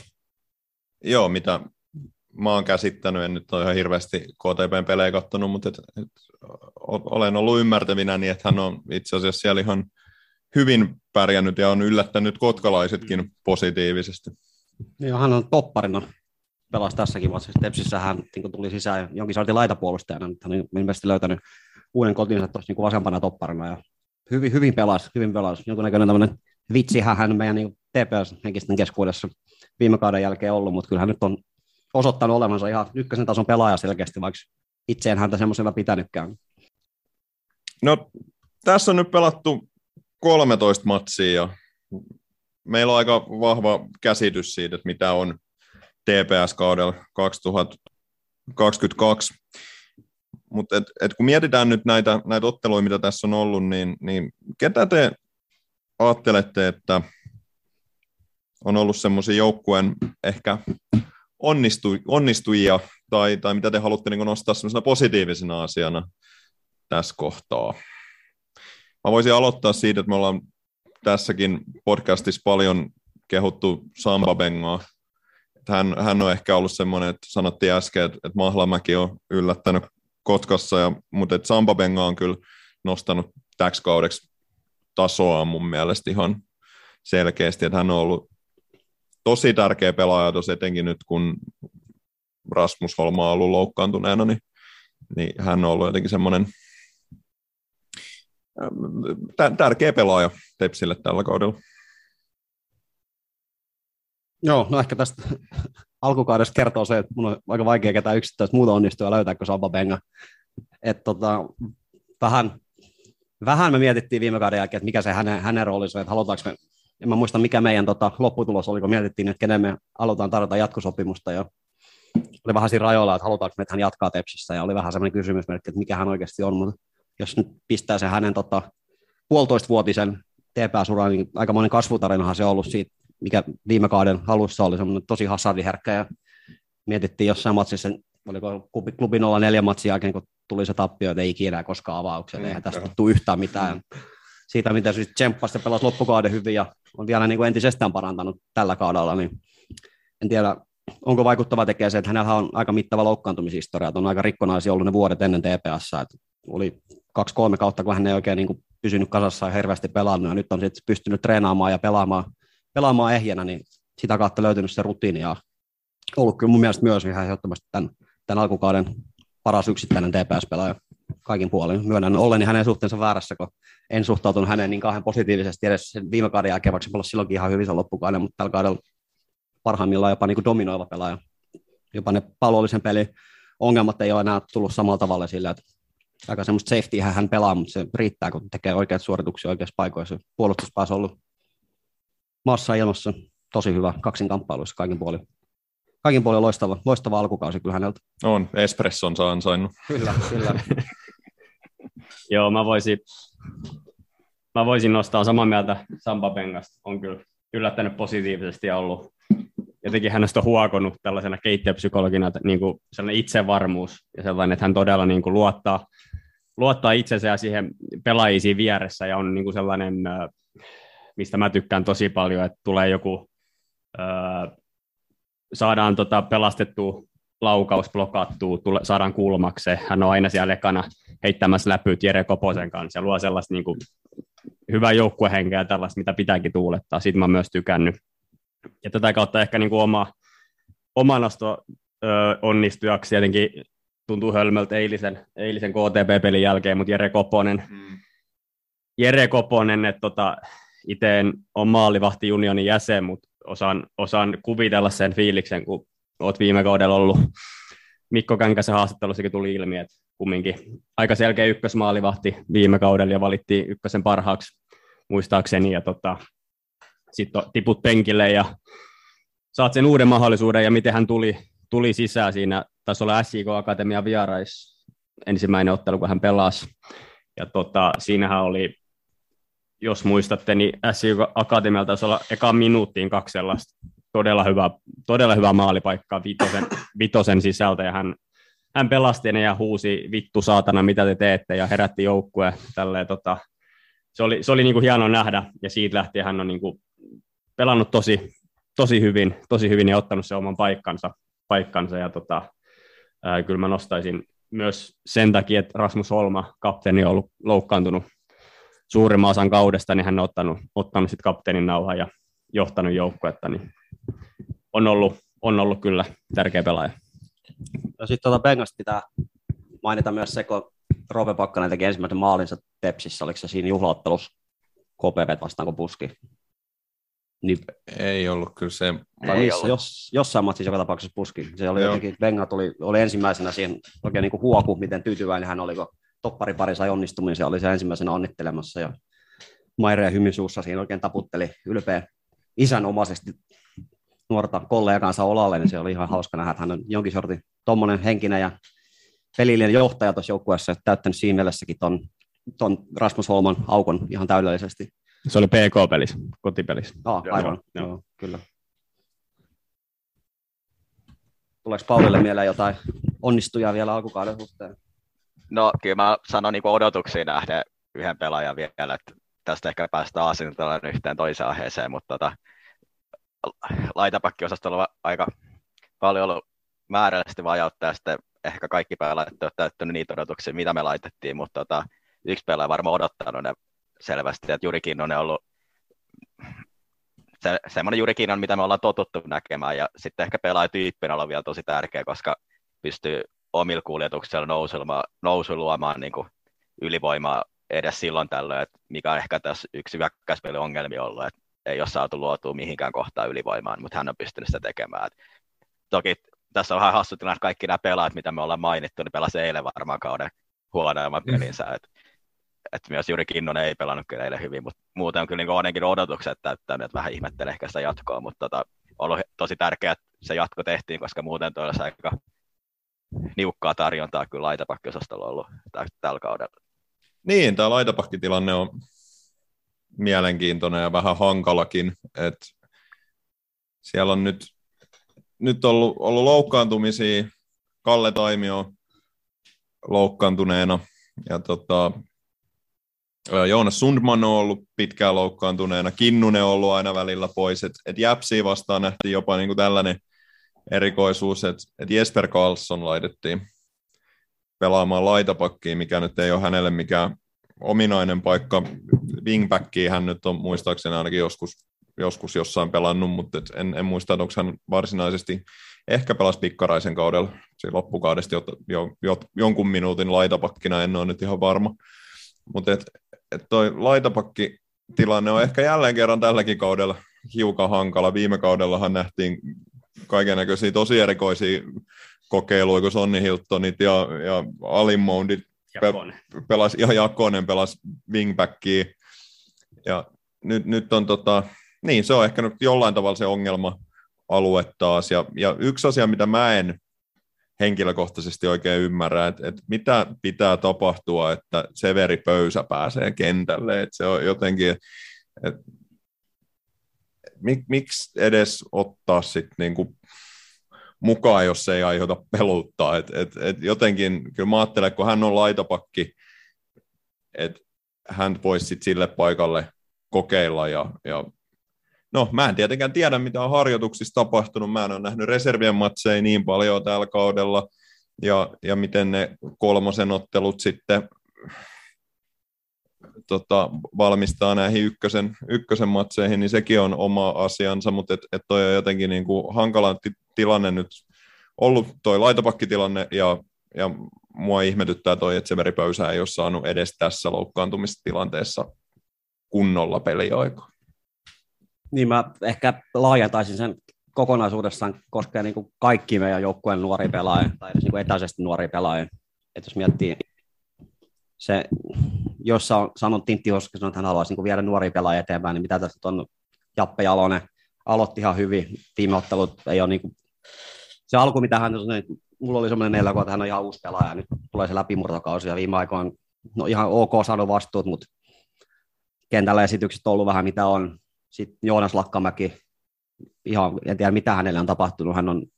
Joo, mitä mä oon käsittänyt, en nyt ole ihan hirveästi K T P:n pelejä katsonut, mutta et, et, olen ollut ymmärtävinä niin, että hän on itse asiassa siellä ihan hyvin pärjännyt ja on yllättänyt kotkalaisetkin positiivisesti. Joo, hän on topparina, pelasi tässäkin vaiheessa. Tepsissä hän niin tuli sisään ja jonkin sortin laitapuolustajana, mutta hän on ilmeisesti löytänyt uuden kotinsa tuossa niin vasempana topparina ja hyvin, hyvin pelasi, hyvin pelasi. Jonkunnäköinen tämmöinen vitsihän hän meidän niin T P S-henkisten keskuudessa viime kauden jälkeen ollut, mutta kyllä hän nyt on osoittanut olevansa ihan ykkösen tason pelaaja selkeästi, vaikka itse en häntä semmoisella pitänytkään. No, tässä on nyt pelattu kolmetoista matsia ja meillä on aika vahva käsitys siitä, että mitä on T P S-kaudella kaksituhattakaksikymmentäkaksi. Mutta et, et kun mietitään nyt näitä, näitä otteluja, mitä tässä on ollut, niin, niin ketä te ajattelette, että on ollut semmoisia joukkueen ehkä onnistu, onnistujia, tai, tai mitä te haluatte niin nostaa semmoisena positiivisena asiana tässä kohtaa? Mä voisin aloittaa siitä, että me ollaan tässäkin podcastissa paljon kehuttu Samba Bengaa. Hän, hän on ehkä ollut semmoinen, että sanottiin äsken, että, että Mahlamäki on yllättänyt Kotkassa, ja, mutta että Samba Benga on kyllä nostanut täksi kaudeksi tasoa mun mielestä ihan selkeästi, että hän on ollut tosi tärkeä pelaaja tuossa etenkin nyt, kun Rasmus Holma on ollut loukkaantuneena, niin, niin hän on ollut jotenkin semmoinen tärkeä pelaaja Tepsille tällä kaudella. Joo, no ehkä tästä alkukaudesta kertoo se, että mun on aika vaikea ketään yksittäistä muuta onnistua löytää kuin Samba Benga. Että tota, vähän, vähän me mietittiin viime kauden jälkeen, että mikä se hänen, hänen roolinsa on, että halutaanko me, en mä muista mikä meidän tota, lopputulos oli, kun mietittiin, että kenen me halutaan tarjota jatkosopimusta, ja oli vähän siinä rajoilla, että halutaanko me, että hän jatkaa Tepsissä, ja oli vähän sellainen kysymysmerkki, että mikä hän oikeasti on, mutta jos nyt pistää se hänen tota, puolitoistavuotisen T P S-uran, niin aikamoinen kasvutarinahan se on ollut siitä, mikä viime kauden alussa oli semmoinen tosi hasardiherkkä, ja mietittiin jossain matsissa, oliko klubi nolla neljä matsin jälkeen, kun tuli se tappio, että ei ikinä koskaan avaukseen, mm, eihän tästä joo. tule yhtään mitään. Siitä, miten se tsemppasi ja pelasi loppukauden hyvin, ja on vielä niin kuin entisestään parantanut tällä kaudella, niin en tiedä, onko vaikuttava tekee se, että hänellä on aika mittava loukkaantumishistoria, että on aika rikkonaisia ollut ne vuodet ennen T P S, että oli kaksi kolme kautta, kun hän ei oikein niin kuin pysynyt kasassa ja hirveästi pelannut, ja nyt on sitten pystynyt treenaamaan ja pelaamaan, pelaamaan ehjänä, niin sitä kautta löytynyt se rutiini, ja ollut kyllä mun mielestä myös ihan ehdottomasti tämän, tämän alkukauden paras yksittäinen T P S-pelaaja kaikin puolin. Myönnän olleni hänen suhteensa väärässä, kun en suhtautunut häneen niin kauhean positiivisesti edes sen viime kauden jälkeen, vaikka se pelasi silloinkin ihan hyvin sen loppukauden, mutta tällä kaudella parhaimmillaan jopa niin kuin dominoiva pelaaja. Jopa ne pallollisen peli ongelmat ei ole enää tullut samalla tavalla sillä, että aika semmoista safetyä hän pelaa, mutta se riittää, kun tekee oikeat suorituksia oikeassa paikoissa. Puolustuspäässä on ollut maassa ilmassa tosi hyvä kaksinkamppailuissa kaikin puolin. Kaikin puolin loistava, loistava alkukausi kyllä häneltä. On, espresson saa ansainnut. Kyllä, kyllä. Joo, mä voisin, mä voisin nostaa samaa mieltä Sampa Bengasta. On kyllä yllättänyt positiivisesti ja ollut. Jotenkin hänestä on huokonut tällaisena keittiöpsykologina, että niin kuin sellainen itsevarmuus ja sellainen, että hän todella niin kuin luottaa, luottaa itsensä ja siihen pelaajia siinä vieressä ja on niin kuin sellainen, mistä mä tykkään tosi paljon, että tulee joku, saadaan tota pelastettua laukaus, blokattua, tule, saadaan kulmakseen. Hän on aina siellä ekana heittämässä läpyt Jere Koposen kanssa ja luo sellaista niin kuin hyvää joukkuehenkeä ja tällaista, mitä pitääkin tuulettaa. Siitä mä oon myös tykännyt. Ja tätä kautta ehkä niin kuin oma, oma nosto ö, onnistujaksi tietenkin tuntuu hölmöltä eilisen, eilisen K T P-pelin jälkeen, mutta Jere Koponen, mm. Jere Koponen, että tota, itse en ole maalivahti unionin jäsen, mutta osaan, osaan kuvitella sen fiiliksen, kun olet viime kaudella ollut Mikko Känkäsen haastattelussakin tuli ilmi, että kumminkin aika selkeä ykkösmaalivahti viime kaudella ja valittiin ykkösen parhaaksi muistaakseni ja tota, sitten tiput penkille ja saat sen uuden mahdollisuuden ja miten hän tuli, tuli sisään siinä, taisi olla S J K Akatemian vierais ensimmäinen ottelu, kun hän pelasi ja tota, siinähän oli, jos muistatte, niin S J K Akatemialta taisi olla ekaan minuuttiin kaksi sellaista todella hyvää, todella hyvää maalipaikkaa vitosen, vitosen sisältä ja hän, hän pelasti ne ja huusi vittu saatana mitä te teette ja herätti joukkueen tälleen tota, se oli, se oli niin kuin hienoa nähdä ja siitä lähtien hän on niin kuin pelannut tosi, tosi, hyvin, tosi hyvin ja ottanut se oman paikkansa, paikkansa ja tota, ää, kyllä mä nostaisin myös sen takia, että Rasmus Holma, kapteeni, on ollut loukkaantunut suurimman osan kaudesta, niin hän on ottanut, ottanut sit kapteenin nauhan ja johtanut joukkuetta, niin on ollut, on ollut kyllä tärkeä pelaaja. Ja sitten tuota Bengasta pitää mainita myös se, kun Roope Pakkanen teki ensimmäisen maalinsa Tepsissä, oliko se siinä juhlaottelussa K P V vastaan kuin Puski? Niin, ei ollut kyllä se. Tai missä, jos, jossain matsissa joka tapauksessa Puski. Se oli jotenkin, Benga tuli, oli ensimmäisenä siihen oikein niin kuin huoku, miten tyytyväinen hän oli, kun topparipari sai onnistumisen, se oli se ensimmäisenä onnittelemassa ja Maire hymy suussa siinä oikein taputteli ylpeä isänomaisesti nuorta kollegansa olalle, niin se oli ihan hauska nähdä, että hän on jonkin sortin tommonen henkinen ja pelillinen johtaja tuossa joukkueessa, että täyttänyt siinä mielessäkin ton, ton Rasmus Holman aukon ihan täydellisesti. Se oli P K-pelissä, kotipelissä. Ah, aivan, joo, joo, kyllä. Tuleeko Paulille mieleen jotain onnistujaa vielä alkukauden suhteen? No kyllä mä sanon niin odotuksiin nähden yhden pelaajan vielä, että tästä ehkä päästään asentellaan yhteen toiseen aiheeseen, mutta tota, laitapakkiosastolla on aika paljon ollut määrällisesti vajautta ja sitten ehkä kaikki pelaajat ovat täyttänyt niitä odotuksia, mitä me laitettiin, mutta tota, yksi pelaaja varmaan odottanut ne selvästi, että Juri Kinnunen on ollut se, semmoinen Juri Kinnunen, mitä me ollaan totuttu näkemään, ja sitten ehkä pelaajatyyppinä on vielä tosi tärkeä, koska pystyy omilla kuljetuksilla nousu luomaan niin kuin ylivoimaa edes silloin tällöin, että mikä on ehkä tässä yksi hyökkäyspelin ongelmia ollut, että ei ole saatu luotua mihinkään kohtaan ylivoimaan, mutta hän on pystynyt sitä tekemään. Et toki tässä on vähän hassu tilanne, että kaikki nämä pelaajat, mitä me ollaan mainittu, niin pelasi eilen varmaan kauden huonoimman pelinsä. Et, et myös Juri Kinnunen ei pelannut kyllä eilen hyvin, mutta muuten on kyllä niin onnekin odotukset täyttänyt, että vähän ihmettelen ehkä sitä jatkoa, mutta tota, on ollut tosi tärkeää, että se jatko tehtiin, koska muuten toi olisi aika niukkaa tarjontaa kyllä laitapakkiosastolla ollut tällä kaudella. Niin, tämä laitapakkitilanne on mielenkiintoinen ja vähän hankalakin, että siellä on nyt, nyt ollut, ollut loukkaantumisia, Kalle Taimio loukkaantuneena ja tota, Joonas Sundman on ollut pitkään loukkaantuneena, Kinnunen on ollut aina välillä pois, että et Jäpsiä vastaan nähtiin jopa niinku tällainen erikoisuus, että et Jesper Karlsson laitettiin pelaamaan laitapakkiin, mikä nyt ei ole hänelle mikään ominainen paikka. Wingbackia hän nyt on muistaakseni ainakin joskus, joskus jossain pelannut, mutta en, en muista, että onko hän varsinaisesti ehkä pelasi Pikkaraisen kaudella, siinä loppukaudesta jo, jo, jo, jonkun minuutin laitapakkina, en ole nyt ihan varma. Mutta et, et toi laitapakkitilanne on ehkä jälleen kerran tälläkin kaudella hiukan hankala. Viime kaudellahan nähtiin kaikennäköisiä tosi erikoisia kokeiluja kuin Sonny Hiltonit ja, ja Alimondit pe- pelasi, ja Jakonen pelasi wingbackia. Ja nyt, nyt on tota, niin se on ehkä nyt jollain tavalla se ongelma-alue taas. Ja, ja yksi asia, mitä mä en henkilökohtaisesti oikein ymmärrä, että, että mitä pitää tapahtua, että Severi Pöysä pääsee kentälle. Että se on jotenkin, että mik, miksi edes ottaa sitten niinku mukaan, jos se ei aiheuta peluttaa. Et, et, et jotenkin, kyllä mä ajattelen, että kun hän on laitapakki, että hän voisi sitten sille paikalle kokeilla. Ja, ja no, mä en tietenkään tiedä, mitä on harjoituksissa tapahtunut. Mä en ole nähnyt reservien matseja niin paljon tällä kaudella. Ja, ja miten ne kolmosen ottelut sitten tota, valmistaa näihin ykkösen, ykkösen matseihin, niin sekin on oma asiansa, mutta et, et toi on jotenkin niin kuin hankala t- tilanne nyt ollut toi laitapakkitilanne, ja, ja mua ihmetyttää toi, että Severi Pöysä ei ole saanut edes tässä loukkaantumistilanteessa kunnolla peliaikaa. Niin mä ehkä laajentaisin sen kokonaisuudessaan koskee niin kuin kaikki meidän joukkueen nuoria pelaajia, tai edes niin kuin etäisesti nuoria pelaajia. Että jos miettii se, jos sanon Tintti Hoskonen, että hän haluaisi niin kuin viedä nuoria pelaajia eteenpäin, niin mitä tässä on Jappe Jalonen aloitti ihan hyvin, tiimiottelut ei ole niin kuin, se alku, mitä hän on, mulla oli semmoinen neljä vuotta, hän on ihan uusi pelaaja, nyt tulee se läpimurtokausi, ja viime aikoina no ihan ok saanut vastuut, mutta kentällä esitykset on ollut vähän mitä on. Sitten Joonas Lakkamäki, ihan en tiedä mitä hänelle on tapahtunut, hän on,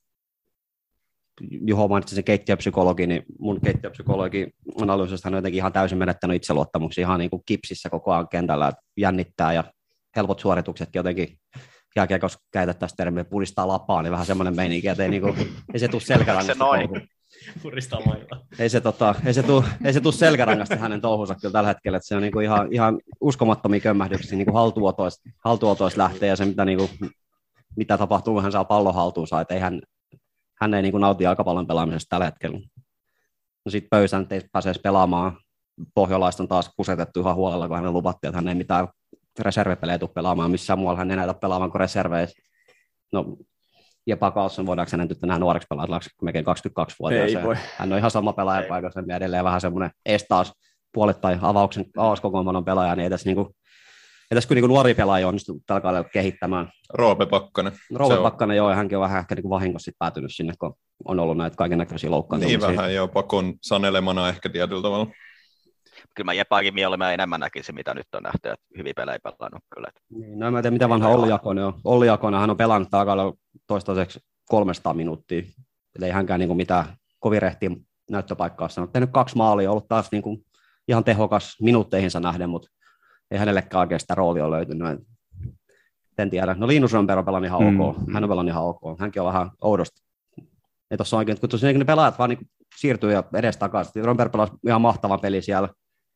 Juho mainitsi sen keittiöpsykologi, niin mun keittiöpsykologi analyysistä hän on jotenkin ihan täysin menettänyt itseluottamuksia, ihan niin kuin kipsissä koko ajan kentällä, että jännittää ja helpot suorituksetkin jotenkin, jääkiekossa käytettäisiin termiä, puristaa lapaa, niin vähän semmoinen meininki, että ei, niin kuin, ei se tule selkärangasta. Se noin. Puristaa mailla. Ei se, tota, ei se tule, ei se tule selkärangasta hänen touhunsa kyllä tällä hetkellä, että se on niin kuin ihan, ihan uskomattomia kömmähdyksiä, niin kuin haltuotoista, haltuotoista lähtee ja se mitä, niin kuin, mitä tapahtuu, kun hän saa pallon haltuunsa, että ei hän, hän ei niin kuin nauti jalkapallon pelaamisesta tällä hetkellä. No sitten Pöysä ei pääse pelaamaan, pohjalaista on taas kusetettu ihan huolella, kun hän luvattiin, että hän ei mitään reservipelejä tule pelaamaan, missään muualla hän ei näytä pelaamaan kuin reserveissä. No, Jepa Karlsson voidaanko hänen nyt nähdä nuoreksi pelaajaksi, melkein kaksikymmentäkaksivuotias. Hän on ihan sama pelaaja paikassa, ja edelleen vähän semmoinen ees taas puolittain avauksen avauskokoonpanon pelaaja, niin ei tässä, niinku, ei tässä kyllä niinku nuoria pelaajia onnistunut tällä kaudella kehittämään. Roope Pakkanen. Roope Pakkanen, joo, ja hänkin on vähän ehkä niinku vahingossa päätynyt sinne, kun on ollut näitä kaikennäköisiä loukkaantumisia. Niin vähän jo pakon sanelemana ehkä tietyllä tavalla. Kyllä mä Jepaakin mieluummin enemmän näkisin, mitä nyt on nähty, että hyviä pelejä pelannut kyllä. Niin, no en tiedä, mitä vanha Olli Jakonen on. Olli Jakonen, hän on pelannut takalla toistaiseksi kolmesataa minuuttia. Eli ei hänkään niin kuin mitään kovin rehtiä näyttöpaikkaa sanonut. Tehnyt kaksi maalia, ollut taas niin kuin ihan tehokas minuutteihinsa nähden, mutta ei hänellekään oikein sitä roolia ole löytynyt. En tiedä. No Linus Rönnberg on pelannut ihan mm. ok. Hän on pelannut ihan ok. Hänkin on vähän oudosta. Ei tossa oikein, kun tosiaan ne pelaajat vaan niin siirtyy ja edes takaisin. Rönnberg pelasi ihan mahtavan peli siellä.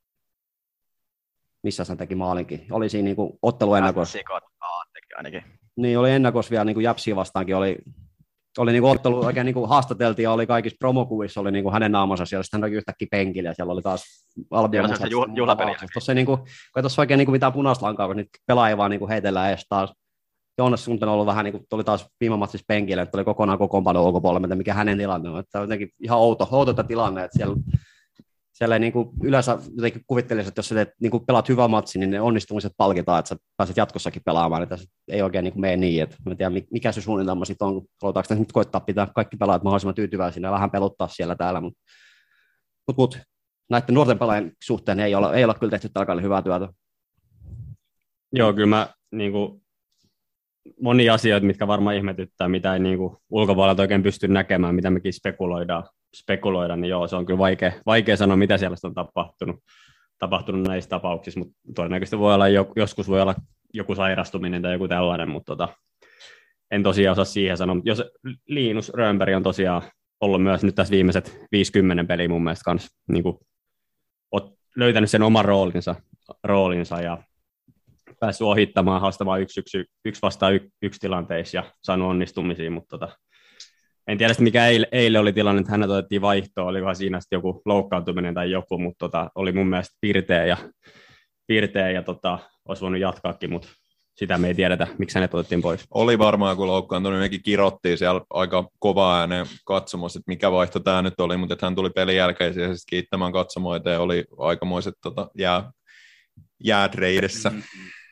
Missä hän teki maalinkin. Oli siinä niin kuin otteluennakossa. ainakin. Niin, oli ennakossa vielä niin kuin Japsia vastaankin. Oli, oli niin kuin ottelu oikein niin kuin haastateltiin ja oli kaikissa promokuvissa oli niin kuin hänen naamansa siellä. Sitten hän oli yhtäkkiä penkillä ja siellä oli taas Albion. Joo, se juhlapeli. Tuossa ei niin kuin, kun tuossa oikein niin kuin mitään punaista lankaa, kun niitä pelaajia vaan niin kuin heitellään edes taas. Joonas Sundén on ollut vähän niin kuin, tuli taas viime matsissa penkillä, että oli kokonaan kokoonpano ulkopuolella, mikä hänen tilanne on. Että on jotenkin ihan outo, outo tilanne, että siellä Siellä ei niin kuin yleensä jotenkin kuvittelisi, että jos sä teet, niin kuin pelaat hyvä matsi, niin ne onnistumiset palkitaan, että sä pääset jatkossakin pelaamaan. Niin tässä ei oikein niin kuin mene niin. Että mä en tiedä, mikä se suunnitelma sitten on. Halutaanko tässä nyt koittaa pitää kaikki pelaajat mahdollisimman tyytyväisinä ja vähän peluttaa siellä täällä. Mutta mut, mut, näiden nuorten pelaajien suhteen ei ole, ei ole kyllä tehty tarkalleen hyvää työtä. Joo, kyllä mä niin kuin, monia asioita, mitkä varmaan ihmetyttää, mitä ei niin kuin, ulkopuolelta oikein pysty näkemään, mitä mekin spekuloidaan. spekuloida, niin joo, se on kyllä vaikea, vaikea sanoa, mitä siellä on tapahtunut, tapahtunut näissä tapauksissa, mutta todennäköisesti voi olla, joskus voi olla joku sairastuminen tai joku tällainen, mutta tota, en tosiaan osaa siihen sanoa. Jos Linus Rönnberg on tosiaan ollut myös nyt tässä viimeiset viisikymmentä peliä mun mielestä kanssa, niin kuin, oot löytänyt sen oman roolinsa, roolinsa ja päässyt ohittamaan, haastamaan yksi, yksi, yksi vastaan yksi, yksi tilanteissa ja saanut onnistumisia, mutta tota, en tiedä, mikä eile, eile oli tilanne, että hänet otettiin vaihtoon, olikohan siinä sitten joku loukkaantuminen tai joku, mutta tota, oli mun mielestä pirteä ja, pirteä ja tota, olisi voinut jatkaakin, mutta sitä me ei tiedetä, miksi hänet otettiin pois. Oli varmaan, kun loukkaantunut, mekin kirottiin siellä aika kovaa ääneen katsomassa, että mikä vaihto tämä nyt oli, mutta hän tuli pelin jälkeen ja siis kiittämään katsomoita ja oli aikamoiset tota, jää, jäät reidessä. Mm-hmm.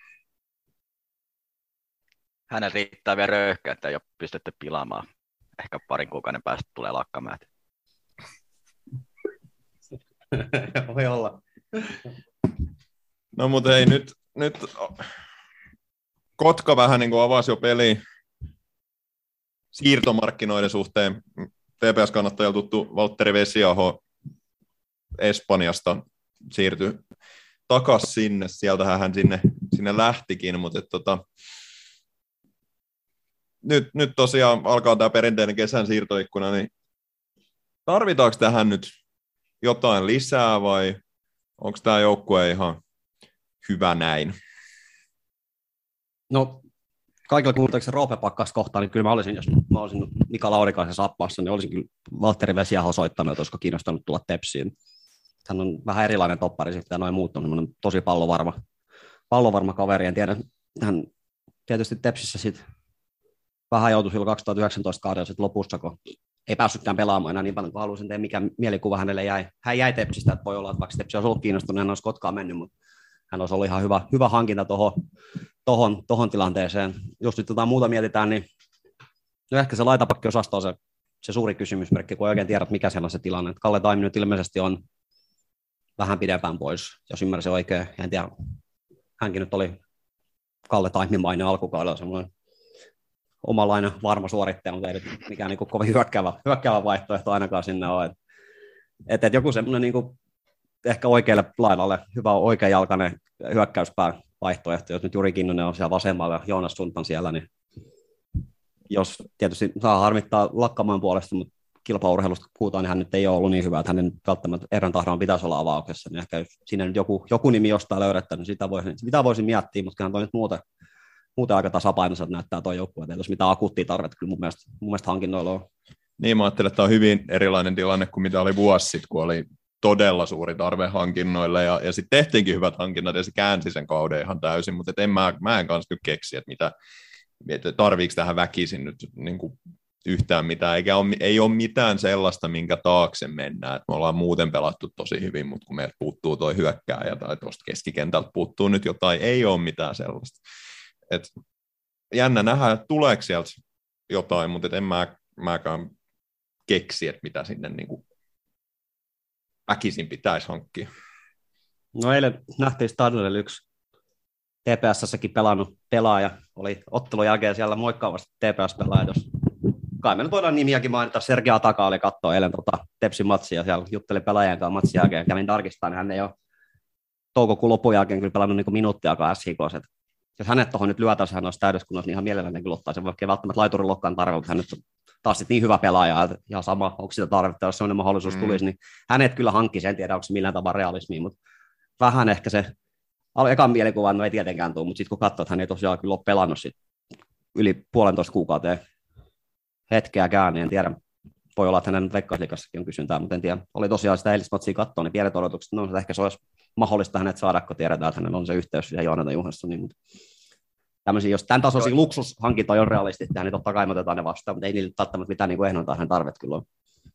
Hänellä riittää vielä röyhkä, että ei ole pystytty pilaamaan. Ehkä parin kuukauden päästä tulee lakkamäät. Voi olla. No mutta hei, nyt, nyt Kotka vähän niin kuin avasi jo peliä siirtomarkkinoiden suhteen. T P S-kannattajalla tuttu Valtteri Vesiaho Espanjasta siirtyi takaisin sinne. Sieltähän hän sinne, sinne lähtikin, mutta et, tota, nyt, nyt tosiaan alkaa tämä perinteinen kesän siirtoikkuna, niin tarvitaanko tähän nyt jotain lisää vai onko tämä joukkue ihan hyvä näin? No, kaikilla kuultaanko Roope Pakkas kohtaan, niin kyllä mä olisin, jos mä olisin Mika Laurikaisen sappassa, niin olisin kyllä Valtteri Vesiaho soittanut, että olisiko kiinnostanut tulla Tepsiin. Hän on vähän erilainen toppari sitten ja noin muut on tosi pallovarma, pallovarma kaveri. En tiedä, hän tietysti Tepsissä sitten vähän joutui silloin kaksituhattayhdeksäntoista kaudella sitten lopussa, kun ei päässytkään pelaamaan enää niin paljon kuin halusin, tehdä mikä mielikuva hänelle jäi. Hän jäi Tepsistä, että voi olla, että vaikka Tepsi olisi ollut kiinnostunut, hän olisi Kotkaan mennyt, mutta hän olisi ollut ihan hyvä, hyvä hankinta tuohon tohon, tohon tilanteeseen. Jos nyt jotain muuta mietitään, niin no ehkä se laitapakkiosasto on se, se suuri kysymysmerkki, kun ei oikein tiedä, mikä siellä on se tilanne. Kalle Taimi nyt ilmeisesti on vähän pidempään pois, jos ymmärsin oikein. En tiedä, hänkin nyt oli Kalle Taimimainen alkukaudella, semmoinen omanlainen varma suorittaja, mutta ei nyt mikään niin kovin hyökkäävä, hyökkäävä vaihtoehto ainakaan sinne ole. Että et, et joku semmoinen niin ehkä oikealle laidalle hyvä oikeajalkainen hyökkäyspää vaihtoehto, jos nyt Juri Kinnunen on siellä vasemmalla ja Joonas Suntan siellä, niin jos tietysti saa harmittaa Lakkamaan puolesta, mutta kilpaurheilusta puhutaan, niin hän nyt ei ole ollut niin hyvä, että hänen välttämättä erän tahdon pitäisi olla avauksessa, niin ehkä jos siinä nyt joku, joku nimi jostain löydettänyt, niin sitä voisin, sitä voisin miettiä, mutta kyllähän toi nyt muuten, muuten aika tasapainossa näyttää tuo joukkue, että ei olisi mitään akuuttia tarvetta kyllä mun mielestä, mun mielestä hankinnoilla on. Niin, mä ajattelen, että tämä on hyvin erilainen tilanne kuin mitä oli vuosi sitten, kun oli todella suuri tarve hankinnoille, ja, ja sitten tehtiinkin hyvät hankinnat, ja se käänsi sen kauden ihan täysin, mutta en mä, mä en kanssa nyt keksi, että mitä, että tarviiko tähän väkisin nyt niin kuin yhtään mitään, eikä ole, ei ole mitään sellaista, minkä taakse mennään, että me ollaan muuten pelattu tosi hyvin, mutta kun meiltä puuttuu toi hyökkääjä tai tuosta keskikentältä puuttuu nyt jotain, ei ole mitään sellaista. Et jännä nähdä, että tuleeko sieltä jotain, mutta en mä, mäkään keksi, että mitä sinne niin kuin väkisin pitäisi hankkia. No eilen nähtiin stadionilla yksi T P S-säkin pelannut pelaaja, oli ottelun jälkeen siellä moikkaavasti T P S-pelaaja, jos kai me nyt voidaan nimiäkin mainita. Sergei Ataka oli katsoa eilen tota Tepsin matsia, siellä jutteli pelaajan kanssa matsin jälkeen, kävin tarkistamaan, niin hän ei ole toukokuun lopun jälkeen kyllä pelannut niin minuuttiakaan S J K:ssa. Jos hänet tuohon nyt lyötäisiin, hän olisi täydeskunnossa, niin ihan mielelläni kyllä ottaisi, vaikka ei välttämättä laiturin lokkaan tarve, mutta hän nyt on taas sitten niin hyvä pelaaja, että ihan sama, onko sitä tarvetta, jos sellainen mahdollisuus mm. tulisi, niin hänet kyllä hankkisi, en tiedä, onko se millään tavalla realismia, mutta vähän ehkä se ekan mielikuva, no ei tietenkään tule, mutta sitten kun katsoo, että hän ei tosiaan kyllä ole pelannut sit yli puolentoista kuukauteen hetkeäkään, niin en tiedä, voi olla, että hänen Veikkausliigassakin on kysyntää, mutta en tiedä, oli tosiaan sitä eilistä matsia katsoa, niin pienet odotukset, no ehkä se olisi mahdollista hänet saada, kun tiedetään, että hänellä on se yhteys siihen Joonatan Johanssoniin, mutta tämmöisiä, jos tämän tasoisia luksushankintoja on realistisia, niin totta kai me otetaan ne vastaan, mutta ei niillä välttämättä mitään niin ehdotaan hänen tarvet kyllä on.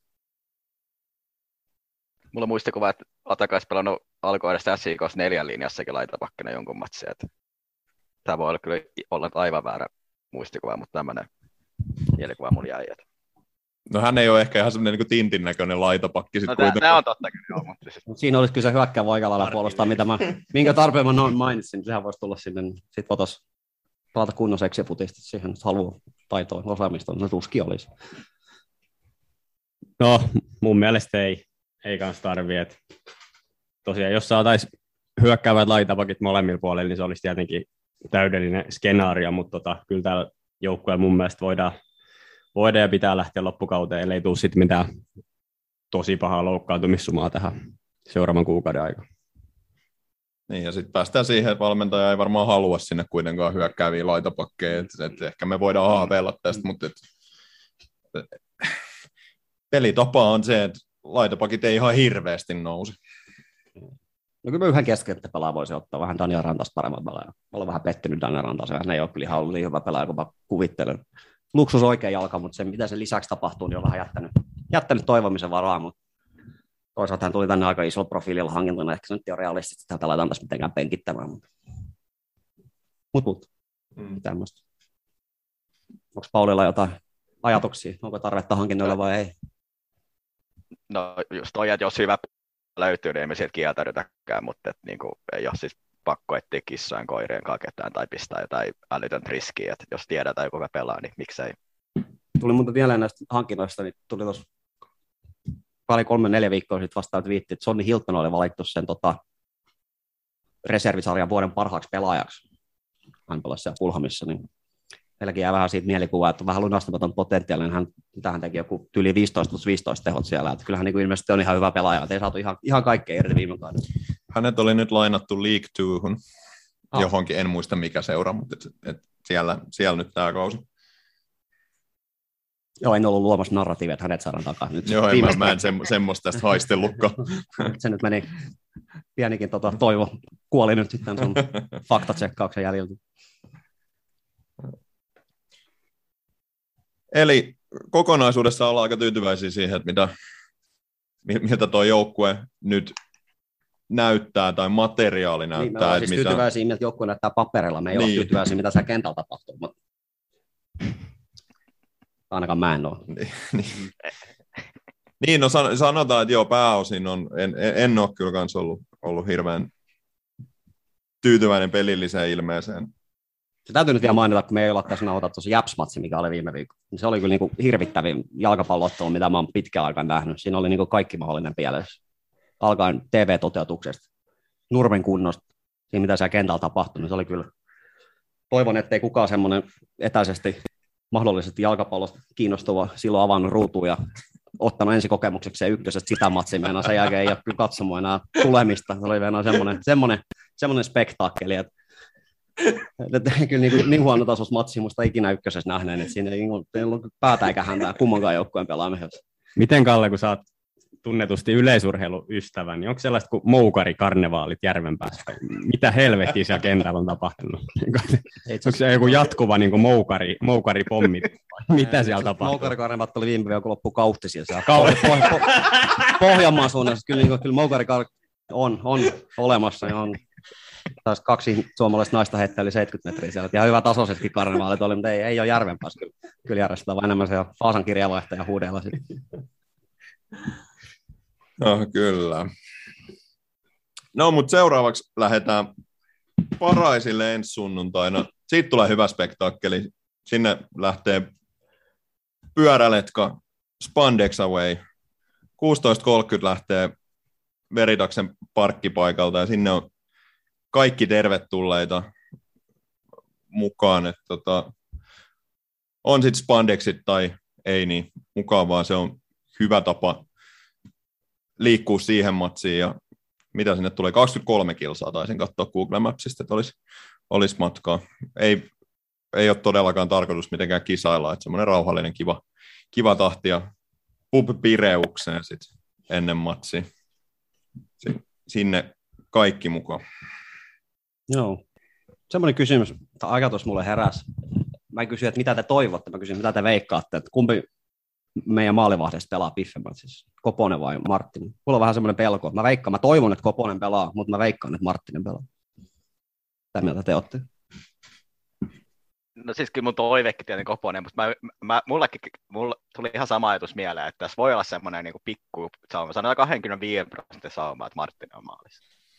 Mulla on muistikuva, että Ataka olisi pelannut alkuudesta S I K:ssa neljän linjassakin laitapakkina jonkun matsia. Tämä voi olla kyllä olla aivan väärä muistikuva, mutta tämmöinen mielikuva mulla jäi. No hän ei ole ehkä ihan semmoinen niin Tintin näköinen laitapakki. No tämä on totta kyllä, joo. Mutta siis... Siinä olisi kyllä se hyökkäävä oikealla lailla puolustaa, mitä mä, minkä tarpeen mä noin mainitsin. Sehän voisi tulla sinne, sitten voitaisiin pelata kunnon seksifutista siihen, jos haluaa taitoa osaamista, se tuskin olisi. No, mun mielestä ei, ei kanssa tarvitse. Että tosiaan, jos saataisiin hyökkäävät laitapakit molemmilla puolilla, niin se olisi tietenkin täydellinen skenaario, mutta tota, kyllä täällä joukkueella mun mielestä voidaan, voidaan ja pitää lähteä loppukauteen, ellei tule sitten mitään tosi pahaa loukkaantumissumaa tähän seuraavan kuukauden aikana. Niin, ja sitten päästään siihen, että valmentaja ei varmaan halua sinne kuitenkaan hyökkääviä laitapakkeja, että et ehkä me voidaan haaveilla tästä, mutta et, et, pelitapa on se, että laitapakit ei ihan hirveästi nouse. No kyllä mä yhden keskenttäpelaa voisi ottaa vähän Daniel Rantasta paremman pelaajan. Mä olen vähän pettynyt Daniel Rantaseen. Hän ei ole kyllä ihan ollut niin hyvä pelaaja, kun mä kuvittelen. Luksus oikea jalka, mutta se mitä sen lisäksi tapahtuu, niin on vähän jättänyt, jättänyt toivomisen varaa. Mutta toisaalta hän tuli tänne aika isolla profiililla hankintuna. Ehkä se nyt ei ole realistista, että häntä laitetaan tässä mitenkään penkittämään. Mutta mut, mut. Mm. Tämmöistä. Onko Paulilla jotain ajatuksia? Onko tarvetta hankinnoilla vai ei? No just toi, että jos hyvä löytyy, niin emme sieltä kieltäydytäkään, mutta et, niin kuin, ei ole siis pakko etsiä kissojen koirien kanssa ketään tai pistää jotain älytöntä riskiä, että jos tiedetään kuka pelaa, niin miksei. Tuli muuten vielä näistä hankinnoista, niin tuli tuossa pari kolme neljä viikkoa sitten vastaan twiitti, että Sonny Hilton oli valittu sen tota, reservisarjan vuoden parhaaksi pelaajaksi. Hän pelasi siellä Fulhamissa, niin meilläkin jää vähän siitä mielikuvaa, että on vähän lunastamaton potentiaalinen. Hän, hän teki joku yli viisitoista plus viisitoista tehot siellä. Että kyllähän niin ilmeisesti on ihan hyvä pelaaja, että ei saatu ihan, ihan kaikkea irti viime kauden. Hänet oli nyt lainattu League Twohun ah. johonkin, en muista mikä seura, mutta et, et siellä, siellä nyt tämä kausi. Joo, en ollut luomassa narratiivia, että hänet saadaan takaisin. Nyt Joo, en, mä, mä en se, semmoista tästä haistellutkaan. Se nyt meni, pienikin tota, toivo kuoli nyt sitten sun faktatsekkauksen jäljiltä. Eli kokonaisuudessa ollaan aika tyytyväisiä siihen, että mitä, miltä tuo joukkue nyt näyttää tai materiaali näyttää. Niin, me ollaan siis mitä... tyytyväisiä, miltä joukkue näyttää paperilla. Me ei niin. ole tyytyväisiä, mitä siellä kentällä tapahtuu. Mutta... Ainakaan mä en ole. Niin, niin. niin no sanotaan, että joo, pääosin on, en, en ole kyllä kans ollut, ollut hirveän tyytyväinen pelilliseen ilmeeseen. Se täytyy nyt vielä mainita, kun me ei olla tässä nauhoitettu se Japs-matsi, mikä oli viime viikolla. Se oli kyllä niin kuin hirvittävin jalkapallo-ottelu, mitä mä oon pitkään aikaan nähnyt. Siinä oli niin kuin kaikki mahdollinen pielessä. Alkaen T V-toteutuksesta, nurmen kunnosta, siinä mitä siellä kentällä tapahtui, niin se oli kyllä. Toivon, ettei kukaan semmoinen etäisesti mahdollisesti jalkapallosta kiinnostava silloin avannut ruutuun ja ottanut ensikokemukseksi se ykkösestä sitä matsia. Meinaa sen jälkeen ei ole kyllä katsomaan enää tulemista. Se oli meinaa semmoinen, semmoinen, semmoinen spektaakkeli, että että kyllä niin, niin huono tasossa matsia musta ikinä ykkösessä nähneen, että siinä ei, ei ollut päätä eikä häntää kummankaan joukkueen pelaamisessa. Miten Kalle, kun sä oot tunnetusti yleisurheiluystävä, niin onko sellaista kuin moukarikarnevaalit Järvenpäässä? Mitä helvettiä siellä kentällä on tapahtunut? Onko se joku jatkuva niin kuin moukari, moukaripommi? Mitä siellä tapahtuu? Moukarikarnevaat oli viime viikolla loppu Kauhtisia siellä. Pohjanmaan suunnassa. Kyllä, niin, kyllä moukarikarnevaat on, on olemassa ja on. Taas kaksi suomalaista naista heitteli seitsemänkymmentä metriä siellä. Ihan hyvä tasoisetkin karnevaalit oli, mutta ei, ei ole Järvenpäässä. Kyllä, kyllä järjestetään vaan enemmän se Vaasan kirjavaihtaja huudella sitten. No kyllä. No mutta seuraavaksi lähdetään Paraisille ensi sunnuntaina. Siitä tulee hyvä spektaakkeli. Sinne lähtee pyöräletka Spandex Away. kuusitoista kolmekymmentä lähtee Veritaksen parkkipaikalta ja sinne on kaikki tervetulleita mukaan. Että tota, on sitten Spandexit tai ei, niin mukavaa. Se on hyvä tapa liikkuu siihen matsiin ja mitä sinne tulee, kaksikymmentäkolme kilsaa taisin katsoa Google Mapsista, että olisi, olisi matkaa. Ei, ei ole todellakaan tarkoitus mitenkään kisailla, että semmoinen rauhallinen kiva, kiva tahti ja pub-pireukseen sitten ennen matsia. Sinne kaikki mukaan. Joo. Semmoinen kysymys, tai ajatus mulle heräsi. Mä en kysy, että mitä te toivotte, mä kysyn, mitä te veikkaatte, että kumpi meidän maalivahdesta pelaa Piffematsissa, Koponen vai Marttinen? Mulla on vähän semmoinen pelko. Mä veikkaan, mä toivon, että Koponen pelaa, mutta mä veikkaan, että Marttinen pelaa. Mitä mieltä te olette? No siis kyllä mun toivekin tietenkin Koponen, mutta mä, mä, mullekin mulle tuli ihan sama ajatus mieleen, että tässä voi olla semmoinen niin kuin pikku sauma. Sanotaan kaksikymmentäviisi prosenttia sauma, että Marttinen on maalissa.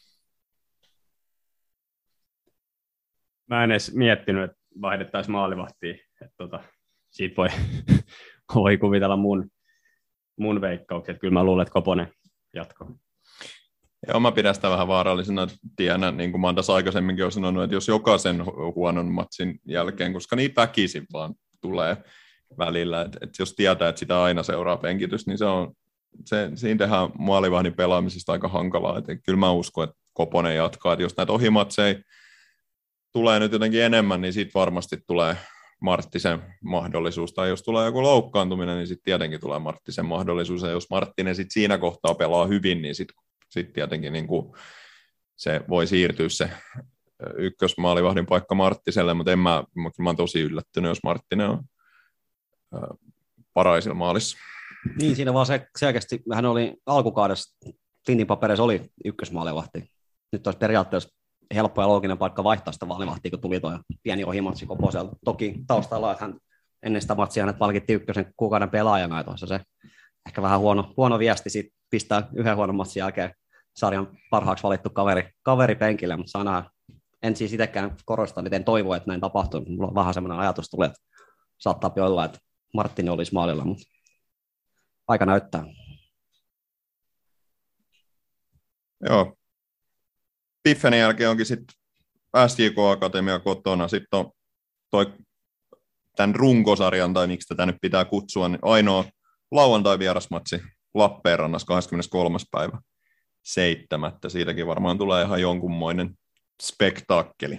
Mä en edes miettinyt, että vaihdettaisiin maalivahtiin. Että tota, siitä voi, voi kuvitella mun, mun veikkaukset. Kyllä mä luulen, että Koponen jatkoi. Joo, mä pidän sitä vähän vaarallisena. Tiedän, niin kuin mä oon tässä aikaisemminkin jo sanonut, että jos jokaisen huonon matsin jälkeen, koska niitä väkisin vaan tulee välillä, että, että jos tietää, että sitä aina seuraa penkitys, niin se on, se, siinä tehdään maalivahdin pelaamisesta aika hankalaa. Että kyllä mä uskon, että Koponen jatkaa, että jos näitä ohimatseja tulee nyt jotenkin enemmän, niin siitä varmasti tulee Marttisen mahdollisuus, tai jos tulee joku loukkaantuminen, niin sitten tietenkin tulee Marttisen mahdollisuus, ja jos Marttinen sitten siinä kohtaa pelaa hyvin, niin sitten sit tietenkin niin kuin se voi siirtyä se ykkösmaalivahdin paikka Marttiselle, mutta en mä, mä, mä oon tosi yllättynyt, jos Marttinen on paraisilla maalissa. Niin, siinä vaan se, selkeästi, hän oli alkukaudessa, Tintin papereissa oli ykkösmaalivahti. Nyt olisi periaatteessa helppo ja looginen paikka vaihtaa sitä maalivahtia, kun tuli tuo pieni ohimatsi Koposelta. Toki taustalla, että hän ennen sitä matsia hänet palkittiin ykkösen kuukauden pelaajana, ja tuossa se ehkä vähän huono, huono viesti siitä pistää yhden huonon matsin jälkeen sarjan parhaaksi valittu kaveri, kaveri penkille, mutta saa nähdä. En siis itsekään korosta, miten toivo, että näin tapahtuu. Mulla on vähän semmoinen ajatus tulee, että saattaa olla, että Marttinen olisi maalilla, mutta aika näyttää. Joo. Piffenin jälkeen onkin sitten S J K-akatemia kotona. Sitten on toi, tämän runkosarjan, tai miksi tätä nyt pitää kutsua, niin ainoa lauantai-vierasmatsi Lappeenrannassa kahdeskymmeneskolmas päivä seitsemättä. Siitäkin varmaan tulee ihan jonkunmoinen spektaakkeli.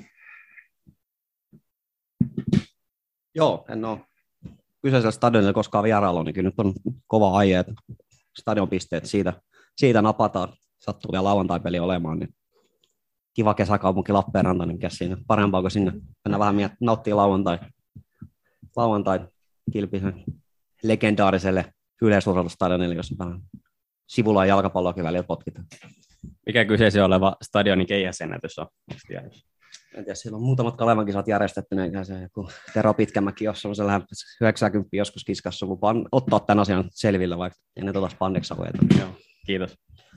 Joo, en ole kyseisellä stadionilla koskaan vierailla, niin kyllä nyt on kova aihe, että stadionpisteet siitä, siitä napataan. Sattuu vielä lauantai-peli olemaan, niin kiva kesäkaupunki Lappeenranta, niin mikä siinä parempaa kuin sinne. Mennään vähän miet- nauttii lauantai, lauantai kilpisen legendaariselle yleisurheilustadionille, jossa vähän sivulla ja jalkapalloakin välillä potkitaan. Mikä kyseessä oleva stadionin keihäsennätys on? En tiedä, siellä on muutamat Kalevan kisat järjestettynä, eikä se joku Tero Pitkämäki, jos on se lähes yhdeksänkymmentä joskus kiskassa, lupaan ottaa tämän asian selville, vaikka ennen tuota spandeksalueita. Joo, kiitos.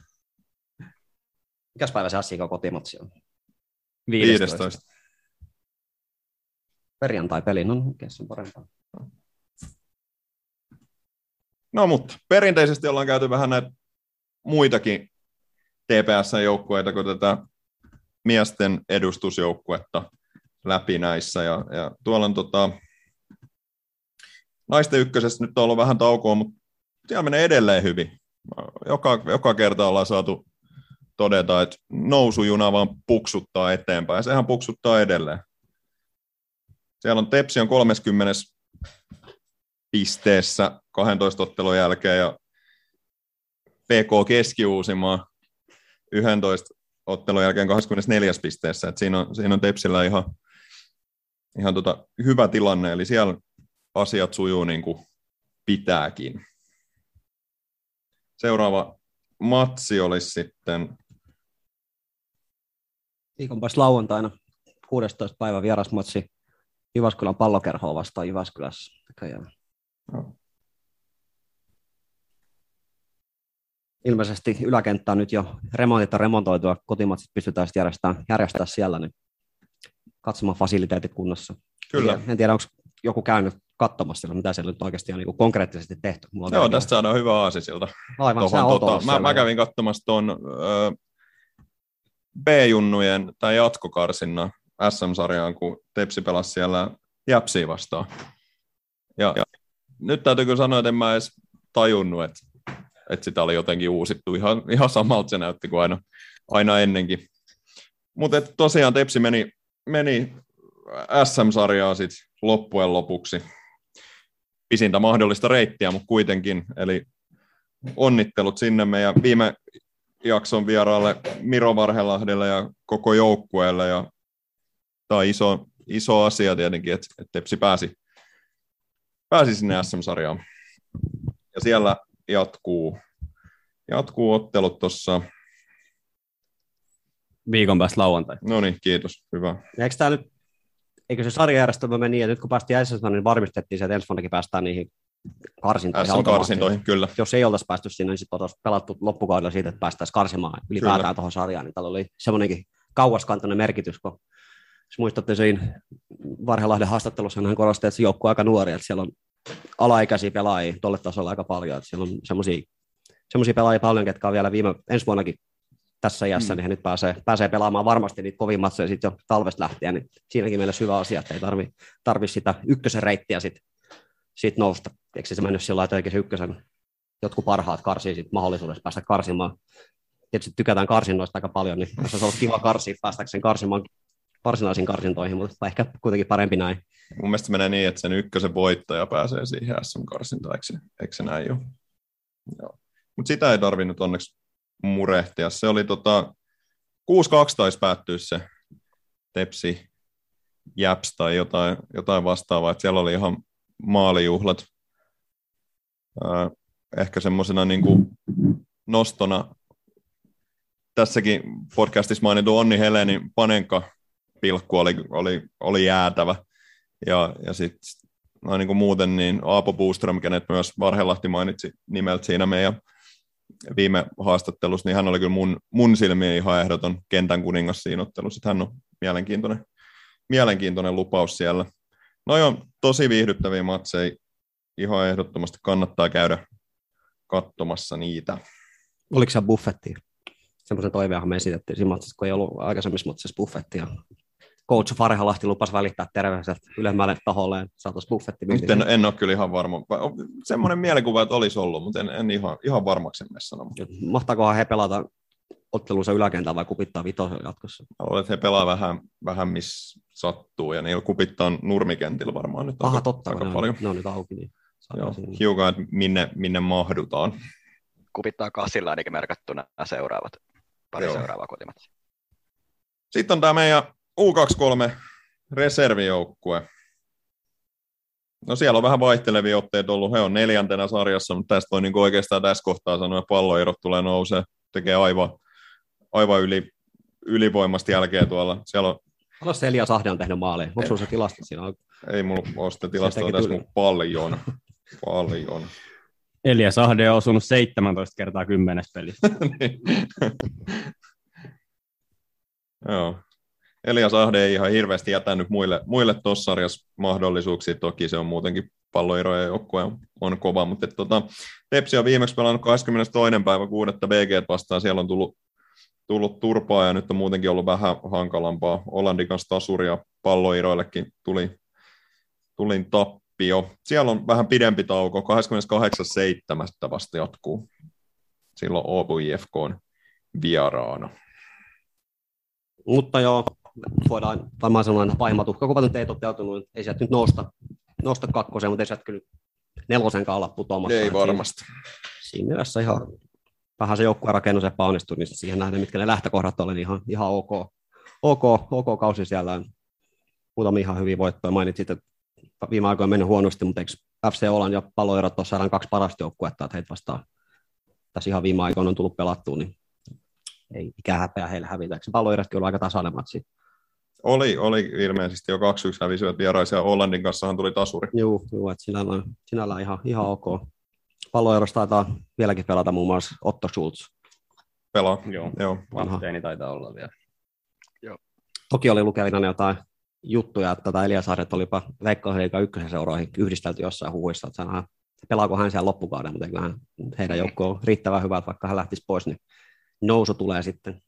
Mikäs päivä se S I K kotimatsi on? viidestoista. Perjantai-peli, no mikä se on parempaa? No mutta perinteisesti ollaan käyty vähän näitä muitakin T P S-joukkueita kuin tätä miesten edustusjoukkuetta läpi näissä. Ja, ja tuolla on tota, naisten ykkösessä nyt on ollut vähän taukoa, mutta siellä menee edelleen hyvin. Joka, joka kerta ollaan saatu todeta, että nousujuna vaan puksuttaa eteenpäin, ja sehän puksuttaa edelleen. Siellä on Tepsi on kolmekymmentä pisteessä kahdentoista ottelun jälkeen, ja P K Keski-Uusimaa yksitoista ottelun jälkeen kaksikymmentäneljä pisteessä. Et siinä, on, siinä on Tepsillä ihan, ihan tota hyvä tilanne, eli siellä asiat sujuu niin kuin pitääkin. Seuraava matsi olisi sitten viikon päästä lauantaina kuudestoista päivä vierasmatsi Jyväskylän Pallokerhoa vastaan Jyväskylässä. No. Ilmeisesti yläkenttä on nyt jo remontit on remontoitua, kotimatsit pystytään sitten järjestämään, järjestää siellä, niin katsomaan fasiliteetit kunnossa. Kyllä. En tiedä, onko joku käynyt katsomassa siellä, mitä siellä nyt oikeasti on niin konkreettisesti tehty. Mulla Joo, tästä saadaan hyvä aasisilta. Aivan, Tohon, tota, mä, mä kävin katsomassa tuon ö, B-junnujen tai jatkokarsinnan S M-sarjaan, kun Tepsi pelasi siellä Jäpsiä vastaan. Ja, ja nyt täytyy kyllä sanoa, että en mä edes tajunnut, että, että sitä oli jotenkin uusittu. Ihan, ihan samalta se näytti kuin aina, aina ennenkin. Mutta tosiaan Tepsi meni, meni S M-sarjaa sit loppujen lopuksi. Pisintä mahdollista reittiä, mutta kuitenkin. Eli onnittelut sinne meidän viime jakson vieraalle Miro Varhelahdelle ja koko joukkueelle. Ja tämä on iso, iso asia tietenkin, että, että Tepsi pääsi, pääsi sinne S M-sarjaan. Ja siellä jatkuu, jatkuu ottelut tuossa. Viikon päästä lauantai. No niin, kiitos. Hyvä. Eikö tämä nyt, eikö se sarjajärjestelmä meni niin, että nyt kun päästiin S M, niin varmistettiin se, että ensi vuonnakin päästään niihin karsintoihin. S M-karsintoihin, kyllä. Jos ei oltaisi päästy sinne, niin sitten oltaisiin pelattu loppukaudella siitä, että päästäisiin karsimaan ylipäätään tuohon sarjaan. Niin tällä oli semmoinenkin kauaskantoinen merkitys, kun jos muistatte siinä Varhelahden haastattelussa, hän korosti, että se joukkue on aika nuori, että siellä on alaikäisiä pelaajia tuolle tasolla aika paljon. Että siellä on semmoisia pelaajia paljon, ketkä on vielä viime, ensi vuonnakin tässä iässä, mm. niin he nyt pääsee, pääsee pelaamaan varmasti niitä kovin matseja sitten jo talvesta lähtien, niin siinäkin mielessä hyvä asia, että ei tarvitse tarvi sitä ykkösen reittiä sitten sit nousta. Eikö se mennyt sillä lailla, että ykkösen jotkut parhaat karsii sit mahdollisuudessa päästä karsimaan. Tietysti tykätään karsinnoista aika paljon, niin se on ollut kiva karsia päästäkseen karsimaan varsinaisiin karsintoihin, mutta ehkä kuitenkin parempi näin. Mun mielestä se menee niin, että sen ykkösen voittaja pääsee siihen S M-karsintaan, eikö se, eikö se näin ole? Joo. Mutta sitä ei tarvinnut onneksi murehtia. Se oli tota, kuusi kaksi taisi päättyä se Tepsi Japs tai jotain, jotain vastaavaa, että siellä oli ihan maalijuhlat. Äh, ehkä semmoisena niin kuin nostona tässäkin podcastissa mainittu Onni Helenin Panenka-pilkku oli, oli, oli jäätävä. Ja, ja sitten no niin kuin muuten niin Aapo Buström, kenet myös Varhelahti mainitsi nimeltä siinä meidän viime haastattelussa, niin hän oli kyllä mun, mun silmiin ihan ehdoton kentän kuningas siinä ottelussa. Hän on mielenkiintoinen, mielenkiintoinen lupaus siellä. No on tosi viihdyttäviä matseja. Ihan ehdottomasti kannattaa käydä katsomassa niitä. Oliko se buffettia? Semmoisen toiveenhan me esitettiin siinä matsissa, kun ei ollut aikaisemmissa matsissa buffettia. Coach Varhelahti lupasi välittää terveiset ylemmälle taholleen, saataisiin buffetti. En, en ole kyllä ihan varma. Semmoinen mielikuva, että olisi ollut, mutta en, en ihan, ihan varmaksi mene sanomaan. Mahtaakohan he pelata ottelunsa yläkentään vai kupittaa vitosen jatkossa? Luulen, että he pelaa vähän, vähän missä sattuu, ja niillä kupittaa nurmikentillä varmaan nyt Aha, aika, totta, aika ne paljon. On, ne on nyt auki. Niin Joo, hiukan, että minne, minne mahdutaan. Kupittaa kasilla ainakin merkattuna nämä seuraavat, pari Joo. seuraavaa kotimatsia. Sitten on tämä meidän U kaksikymmentäkolme reservijoukkue. No siellä on vähän vaihtelevia otteita ollut. He on neljäntenä sarjassa, mutta tästä voi niin oikeastaan tässä kohtaa sanoa, että palloerot tulee nousee. Tekee aivan, aivan yli, ylivoimasta jälkeen tuolla. Siellä on... Haluaa se Elias Ahde on tehnyt maaleja. Onko sinulla se tilasto siinä? Ei mulla ole sitä tilastoa tässä, mutta paljon. Paljon. Elias Ahde on osunut seitsemäntoista kertaa kymmenes pelissä. Niin. Joo. Elias Ahde ei ihan hirveästi jätänyt muille, muille tuossa sarjassa mahdollisuuksia. Toki se on muutenkin palloeroja joukkue on, on kova, mutta et, tota, Tepsi on viimeksi pelannut kahdeskymmenestoinen päivä kuudetta B G vastaan. Siellä on tullut, tullut turpaa ja nyt on muutenkin ollut vähän hankalampaa. Hollandin kanssa tasuria palloeroillekin tuli, tuli tappio. Siellä on vähän pidempi tauko. kahdeskymmeneskahdeksas seitsemättä vasta jatkuu. Silloin O P I F K on vieraana. Mutta joo, voidaan varmaan sanoa, että pahimmat uhkakuvat nyt ei toteutunut. Ei sieltä nyt nousta, nousta kakkoseen, mutta ei sieltä kyllä nelosenkaan olla putoamassa. Ei varmasti. Siinä, siinä mielessä ihan vähän se joukkueen rakennus epäonnistui, niin siihen nähden, mitkä ne lähtökohdat oli, niin ihan, ihan ok, ok, ok kausi siellä on. Muutamia ihan hyviä voittoja. Mainitsit, että viime aikoina on mennyt huonosti, mutta eikö F C Olan ja Palloerot tuossa saadaan kaksi parasta joukkuetta, että heitä vastaan tässä ihan viime aikoina on tullut pelattua, niin ei ikään häpeä heille hävitä. Eikö se Palloerotkin ollut aika tasainen matsi? Oli, oli ilmeisesti jo kaksi yksi hävisivät vieraisia. Hollandin kanssahan tuli tasuri. Joo, joo että sinällään, sinällään ihan, ihan ok. Palloerossa taitaa vieläkin pelata muun muassa Otto Schultz. Pelaa, Joo, joo. kapteeni taitaa olla vielä. Toki oli lukevina jotain juttuja, että tätä Elias Ahdet oli jopa Veikkausliigan ykkösen seuroihin yhdistelty jossain huhuissa, että hän, pelaako hän siellä loppukauden, mutta eiköhän heidän joukko on riittävän hyvä, että vaikka hän lähtisi pois, niin nousu tulee sitten.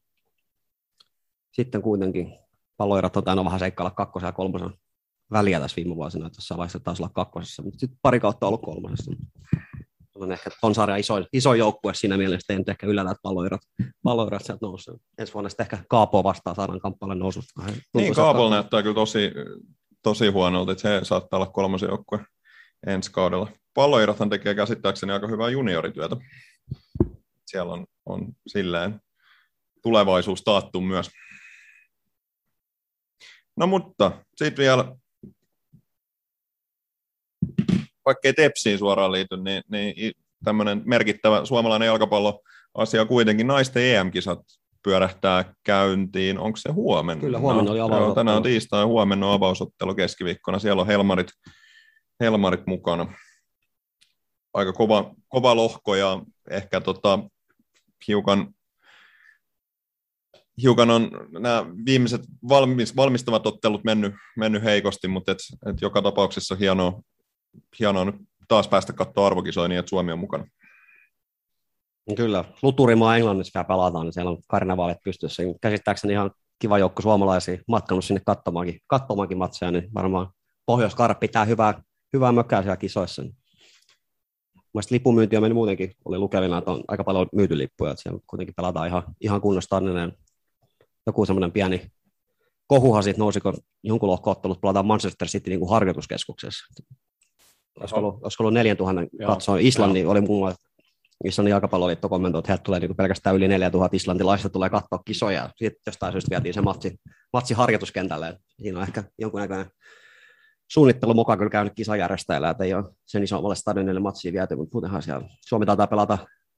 Sitten kuitenkin Palloerot on aina vähän seikkailla kakkosen ja kolmosen väliä tässä viime vuosina, että jossain vaiheessa taisi olla kakkosessa, mutta sitten pari kautta ollut kolmosessa. On ehkä ton sarjan iso, iso joukkue siinä mielessä, ei nyt ehkä yllätä, että palloerot, palloerot sieltä nousee. Ensi vuonna sitten ehkä Kaapoa vastaan saadaan kamppailen noususta. Niin, Kaapolla näyttää kyllä tosi, tosi huonolta, että se saattaa olla kolmosen joukkue ensi kaudella. Palloerothan tekee käsittääkseni aika hyvää juniorityötä. Siellä on, on silleen tulevaisuus taattu myös. No mutta sitten vielä, vaikka ei Tepsiin suoraan liity, niin, niin tämmöinen merkittävä suomalainen jalkapalloasia kuitenkin naisten E M-kisat pyörähtää käyntiin. Onko se huomenna? Kyllä, huomenna oli avausottelu. Joo, tänään on tiistai, huomenna on avausottelu keskiviikkona. Siellä on Helmarit, Helmarit mukana. Aika kova, kova lohko ja ehkä tota, hiukan, hiukan on nämä viimeiset valmis, valmistavat ottelut mennyt, mennyt heikosti, mutta et, et joka tapauksessa hienoa, hienoa nyt taas päästä katsoa arvokisoja niin, että Suomi on mukana. Kyllä, Luturimaa Englannissa vielä pelataan, niin siellä on karnevaalit pystyssä. Käsittääkseni ihan kiva joukko suomalaisia matkanut sinne katsomaankin, katsomaankin matseja, niin varmaan Pohjois-Karp pitää hyvää, hyvää mökkää siellä kisoissa. Mielestäni lipumyynti on mennyt muutenkin, oli lukevina, että on aika paljon myyty lippuja, että siellä kuitenkin pelataan ihan, ihan kunnosta. Joku semmoinen pieni kohuhan siitä nousi, kun jonkun lohko-ottelut pelataan Manchester City niin kuin harjoituskeskuksessa. Olisiko ollut, olisiko ollut neljäntuhannen katsoa, Islanti oli muun muassa Islannin jalkapalloliitto kommentoi, että heiltä tulee niin pelkästään yli neljätuhatta islantilaista tulee katsoa kisoja. Sitten jostain syystä vietiin se matsi, matsi harjoituskentälle. Siinä on ehkä jonkunnäköinen suunnittelu mukaan kyllä käynyt kisajärjestäjällä, että ei ole sen isommalle stadionille matsia viety, mutta muutenhan siellä Suomi taitaa pelata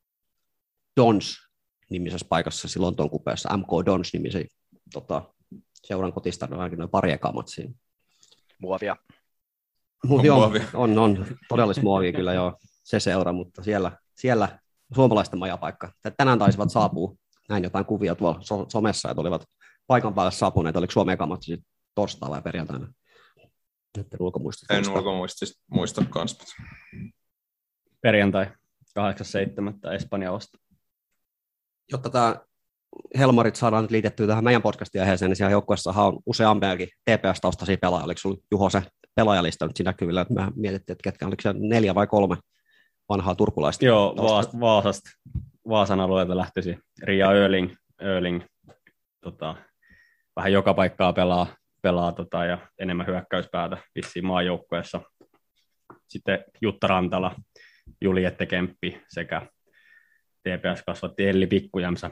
Dons-nimisessä paikassa silloin tuon kupeessa, M K Dons-nimisen tota, seuran kotistadion ainakin noin pari ekaa matsia. Muovia. Mut On joo, muovia. on, on todellista muovia kyllä joo, se seura, mutta siellä, siellä suomalaisten majapaikka. Tänään taisivat saapua, näin jotain kuvia tuolla so- somessa, että olivat paikan päälle saapuneet, oliko Suomen eka matsi torstaina vai perjantaina? Nyt ulkomuistit. En ulkomuistista muista kanssa. Perjantai kahdeksas seitsemättä Espanja vasta. Jotta tämä Helmarit saadaan nyt liitettyä tähän meidän podcastin aiheeseen, niin siellä joukkueessahan on useampiakin T P S-taustaisia pelaajia. Oliko sinulla Juho se pelaajalista nyt siinä näkyvillä, että me mietittiin, että ketkä, oliko se neljä vai kolme vanhaa turkulaista? Joo, Va- Vaasasta, Vaasan alueelta lähtöisin. Ria Öling, Öling tota, vähän joka paikkaa pelaa, pelaa tota, ja enemmän hyökkäyspäätä vissiin maajoukkueessa. Sitten Jutta Rantala, Juliette Kemppi sekä T P S kasvatti Elli Pikkujämsä.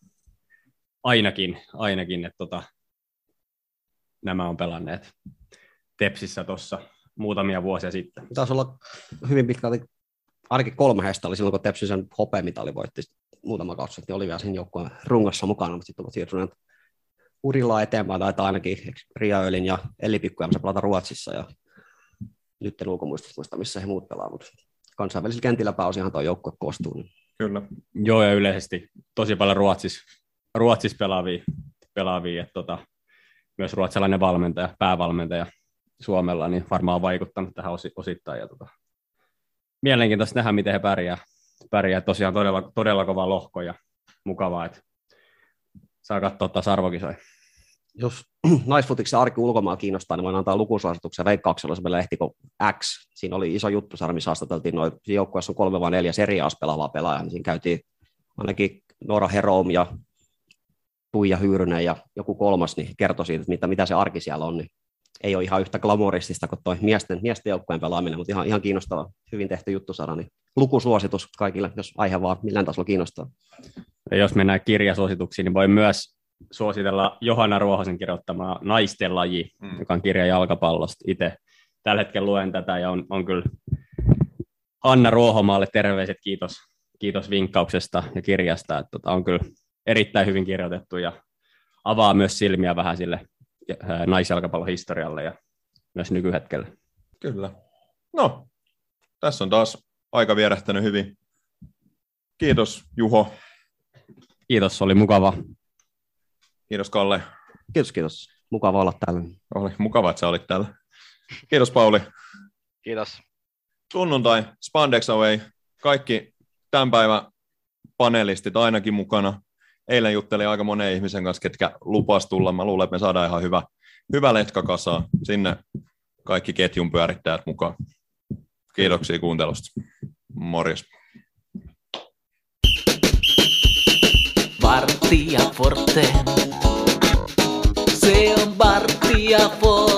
Ainakin, ainakin että tota, nämä on pelanneet Tepsissä tuossa muutamia vuosia sitten. Taisi olla hyvin pitkälti, ainakin kolme heistä oli silloin, kun Tepsi sen hopeamitali voitti muutama kausi sitten, oli vielä siinä joukkueen rungossa mukana, mutta sitten ovat siirtyneet urilla eteenpäin, tai ainakin Ria Öling ja Elli Pikkujämsä pelata Ruotsissa, ja nyt en ulkomuistista muista, missä he muut pelaa, mutta kansainvälisillä kentillä pääosiahan tuo joukkue koostuu. Niin. Kyllä. Joo, ja yleisesti tosi paljon Ruotsis, Ruotsis pelaavia, pelaavia että tota, myös ruotsalainen valmentaja, päävalmentaja Suomella, niin varmaan on vaikuttanut tähän osittain. Ja tota, mielenkiintoista nähdä, miten he pärjää. pärjää. Tosiaan todella, todella kova lohko ja mukavaa, että saa katsoa taas arvokisoja. Jos naisfutiksen arki ulkomailla kiinnostaa, niin voin antaa lukusuosituksen Veikkauksella se lehti kuin X. Siinä oli iso juttu, missä haastateltiin noin, joukkueessa on kolme vai neljä Serie A:ssa pelaavaa pelaajaa, niin siinä käytiin ainakin Nora Herom ja Tuija Hyyrynen ja joku kolmas, niin kertoi siitä, että mitä, mitä se arki siellä on, niin ei ole ihan yhtä glamoristista kuin tuo miesten, miesten joukkueen pelaaminen, mutta ihan, ihan kiinnostava, hyvin tehty juttu saada, niin lukusuositus kaikille, jos aihe vaan millään tasolla kiinnostaa. Ja jos mennään kirjasuosituksiin, niin voi myös suositella Johanna Ruohosen kirjoittamaa Naisten laji, mm. joka on kirja jalkapallosta. Itse tällä hetkellä luen tätä ja on, on kyllä Hanna Ruohomaalle terveiset, kiitos, kiitos vinkkauksesta ja kirjasta. Että tota, on kyllä erittäin hyvin kirjoitettu ja avaa myös silmiä vähän sille naisjalkapallon historialle ja myös nykyhetkelle. Kyllä. No, tässä on taas aika vierähtänyt hyvin. Kiitos Juho. Kiitos, oli mukava. Kiitos Kalle. Kiitos, kiitos. Mukava olla täällä. Oli mukava, että sä olit täällä. Kiitos Pauli. Kiitos. Sunnuntai, Spandex Away. Kaikki tämän päivän panelistit ainakin mukana. Eilen juttelin aika monen ihmisen kanssa, ketkä lupas tulla. Mä luulen, että me saadaan ihan hyvä, hyvä letka kasaan. Sinne kaikki ketjun pyörittäjät mukaan. Kiitoksia kuuntelusta. Morjes. Vartija Forte. Se on Vartija Forte.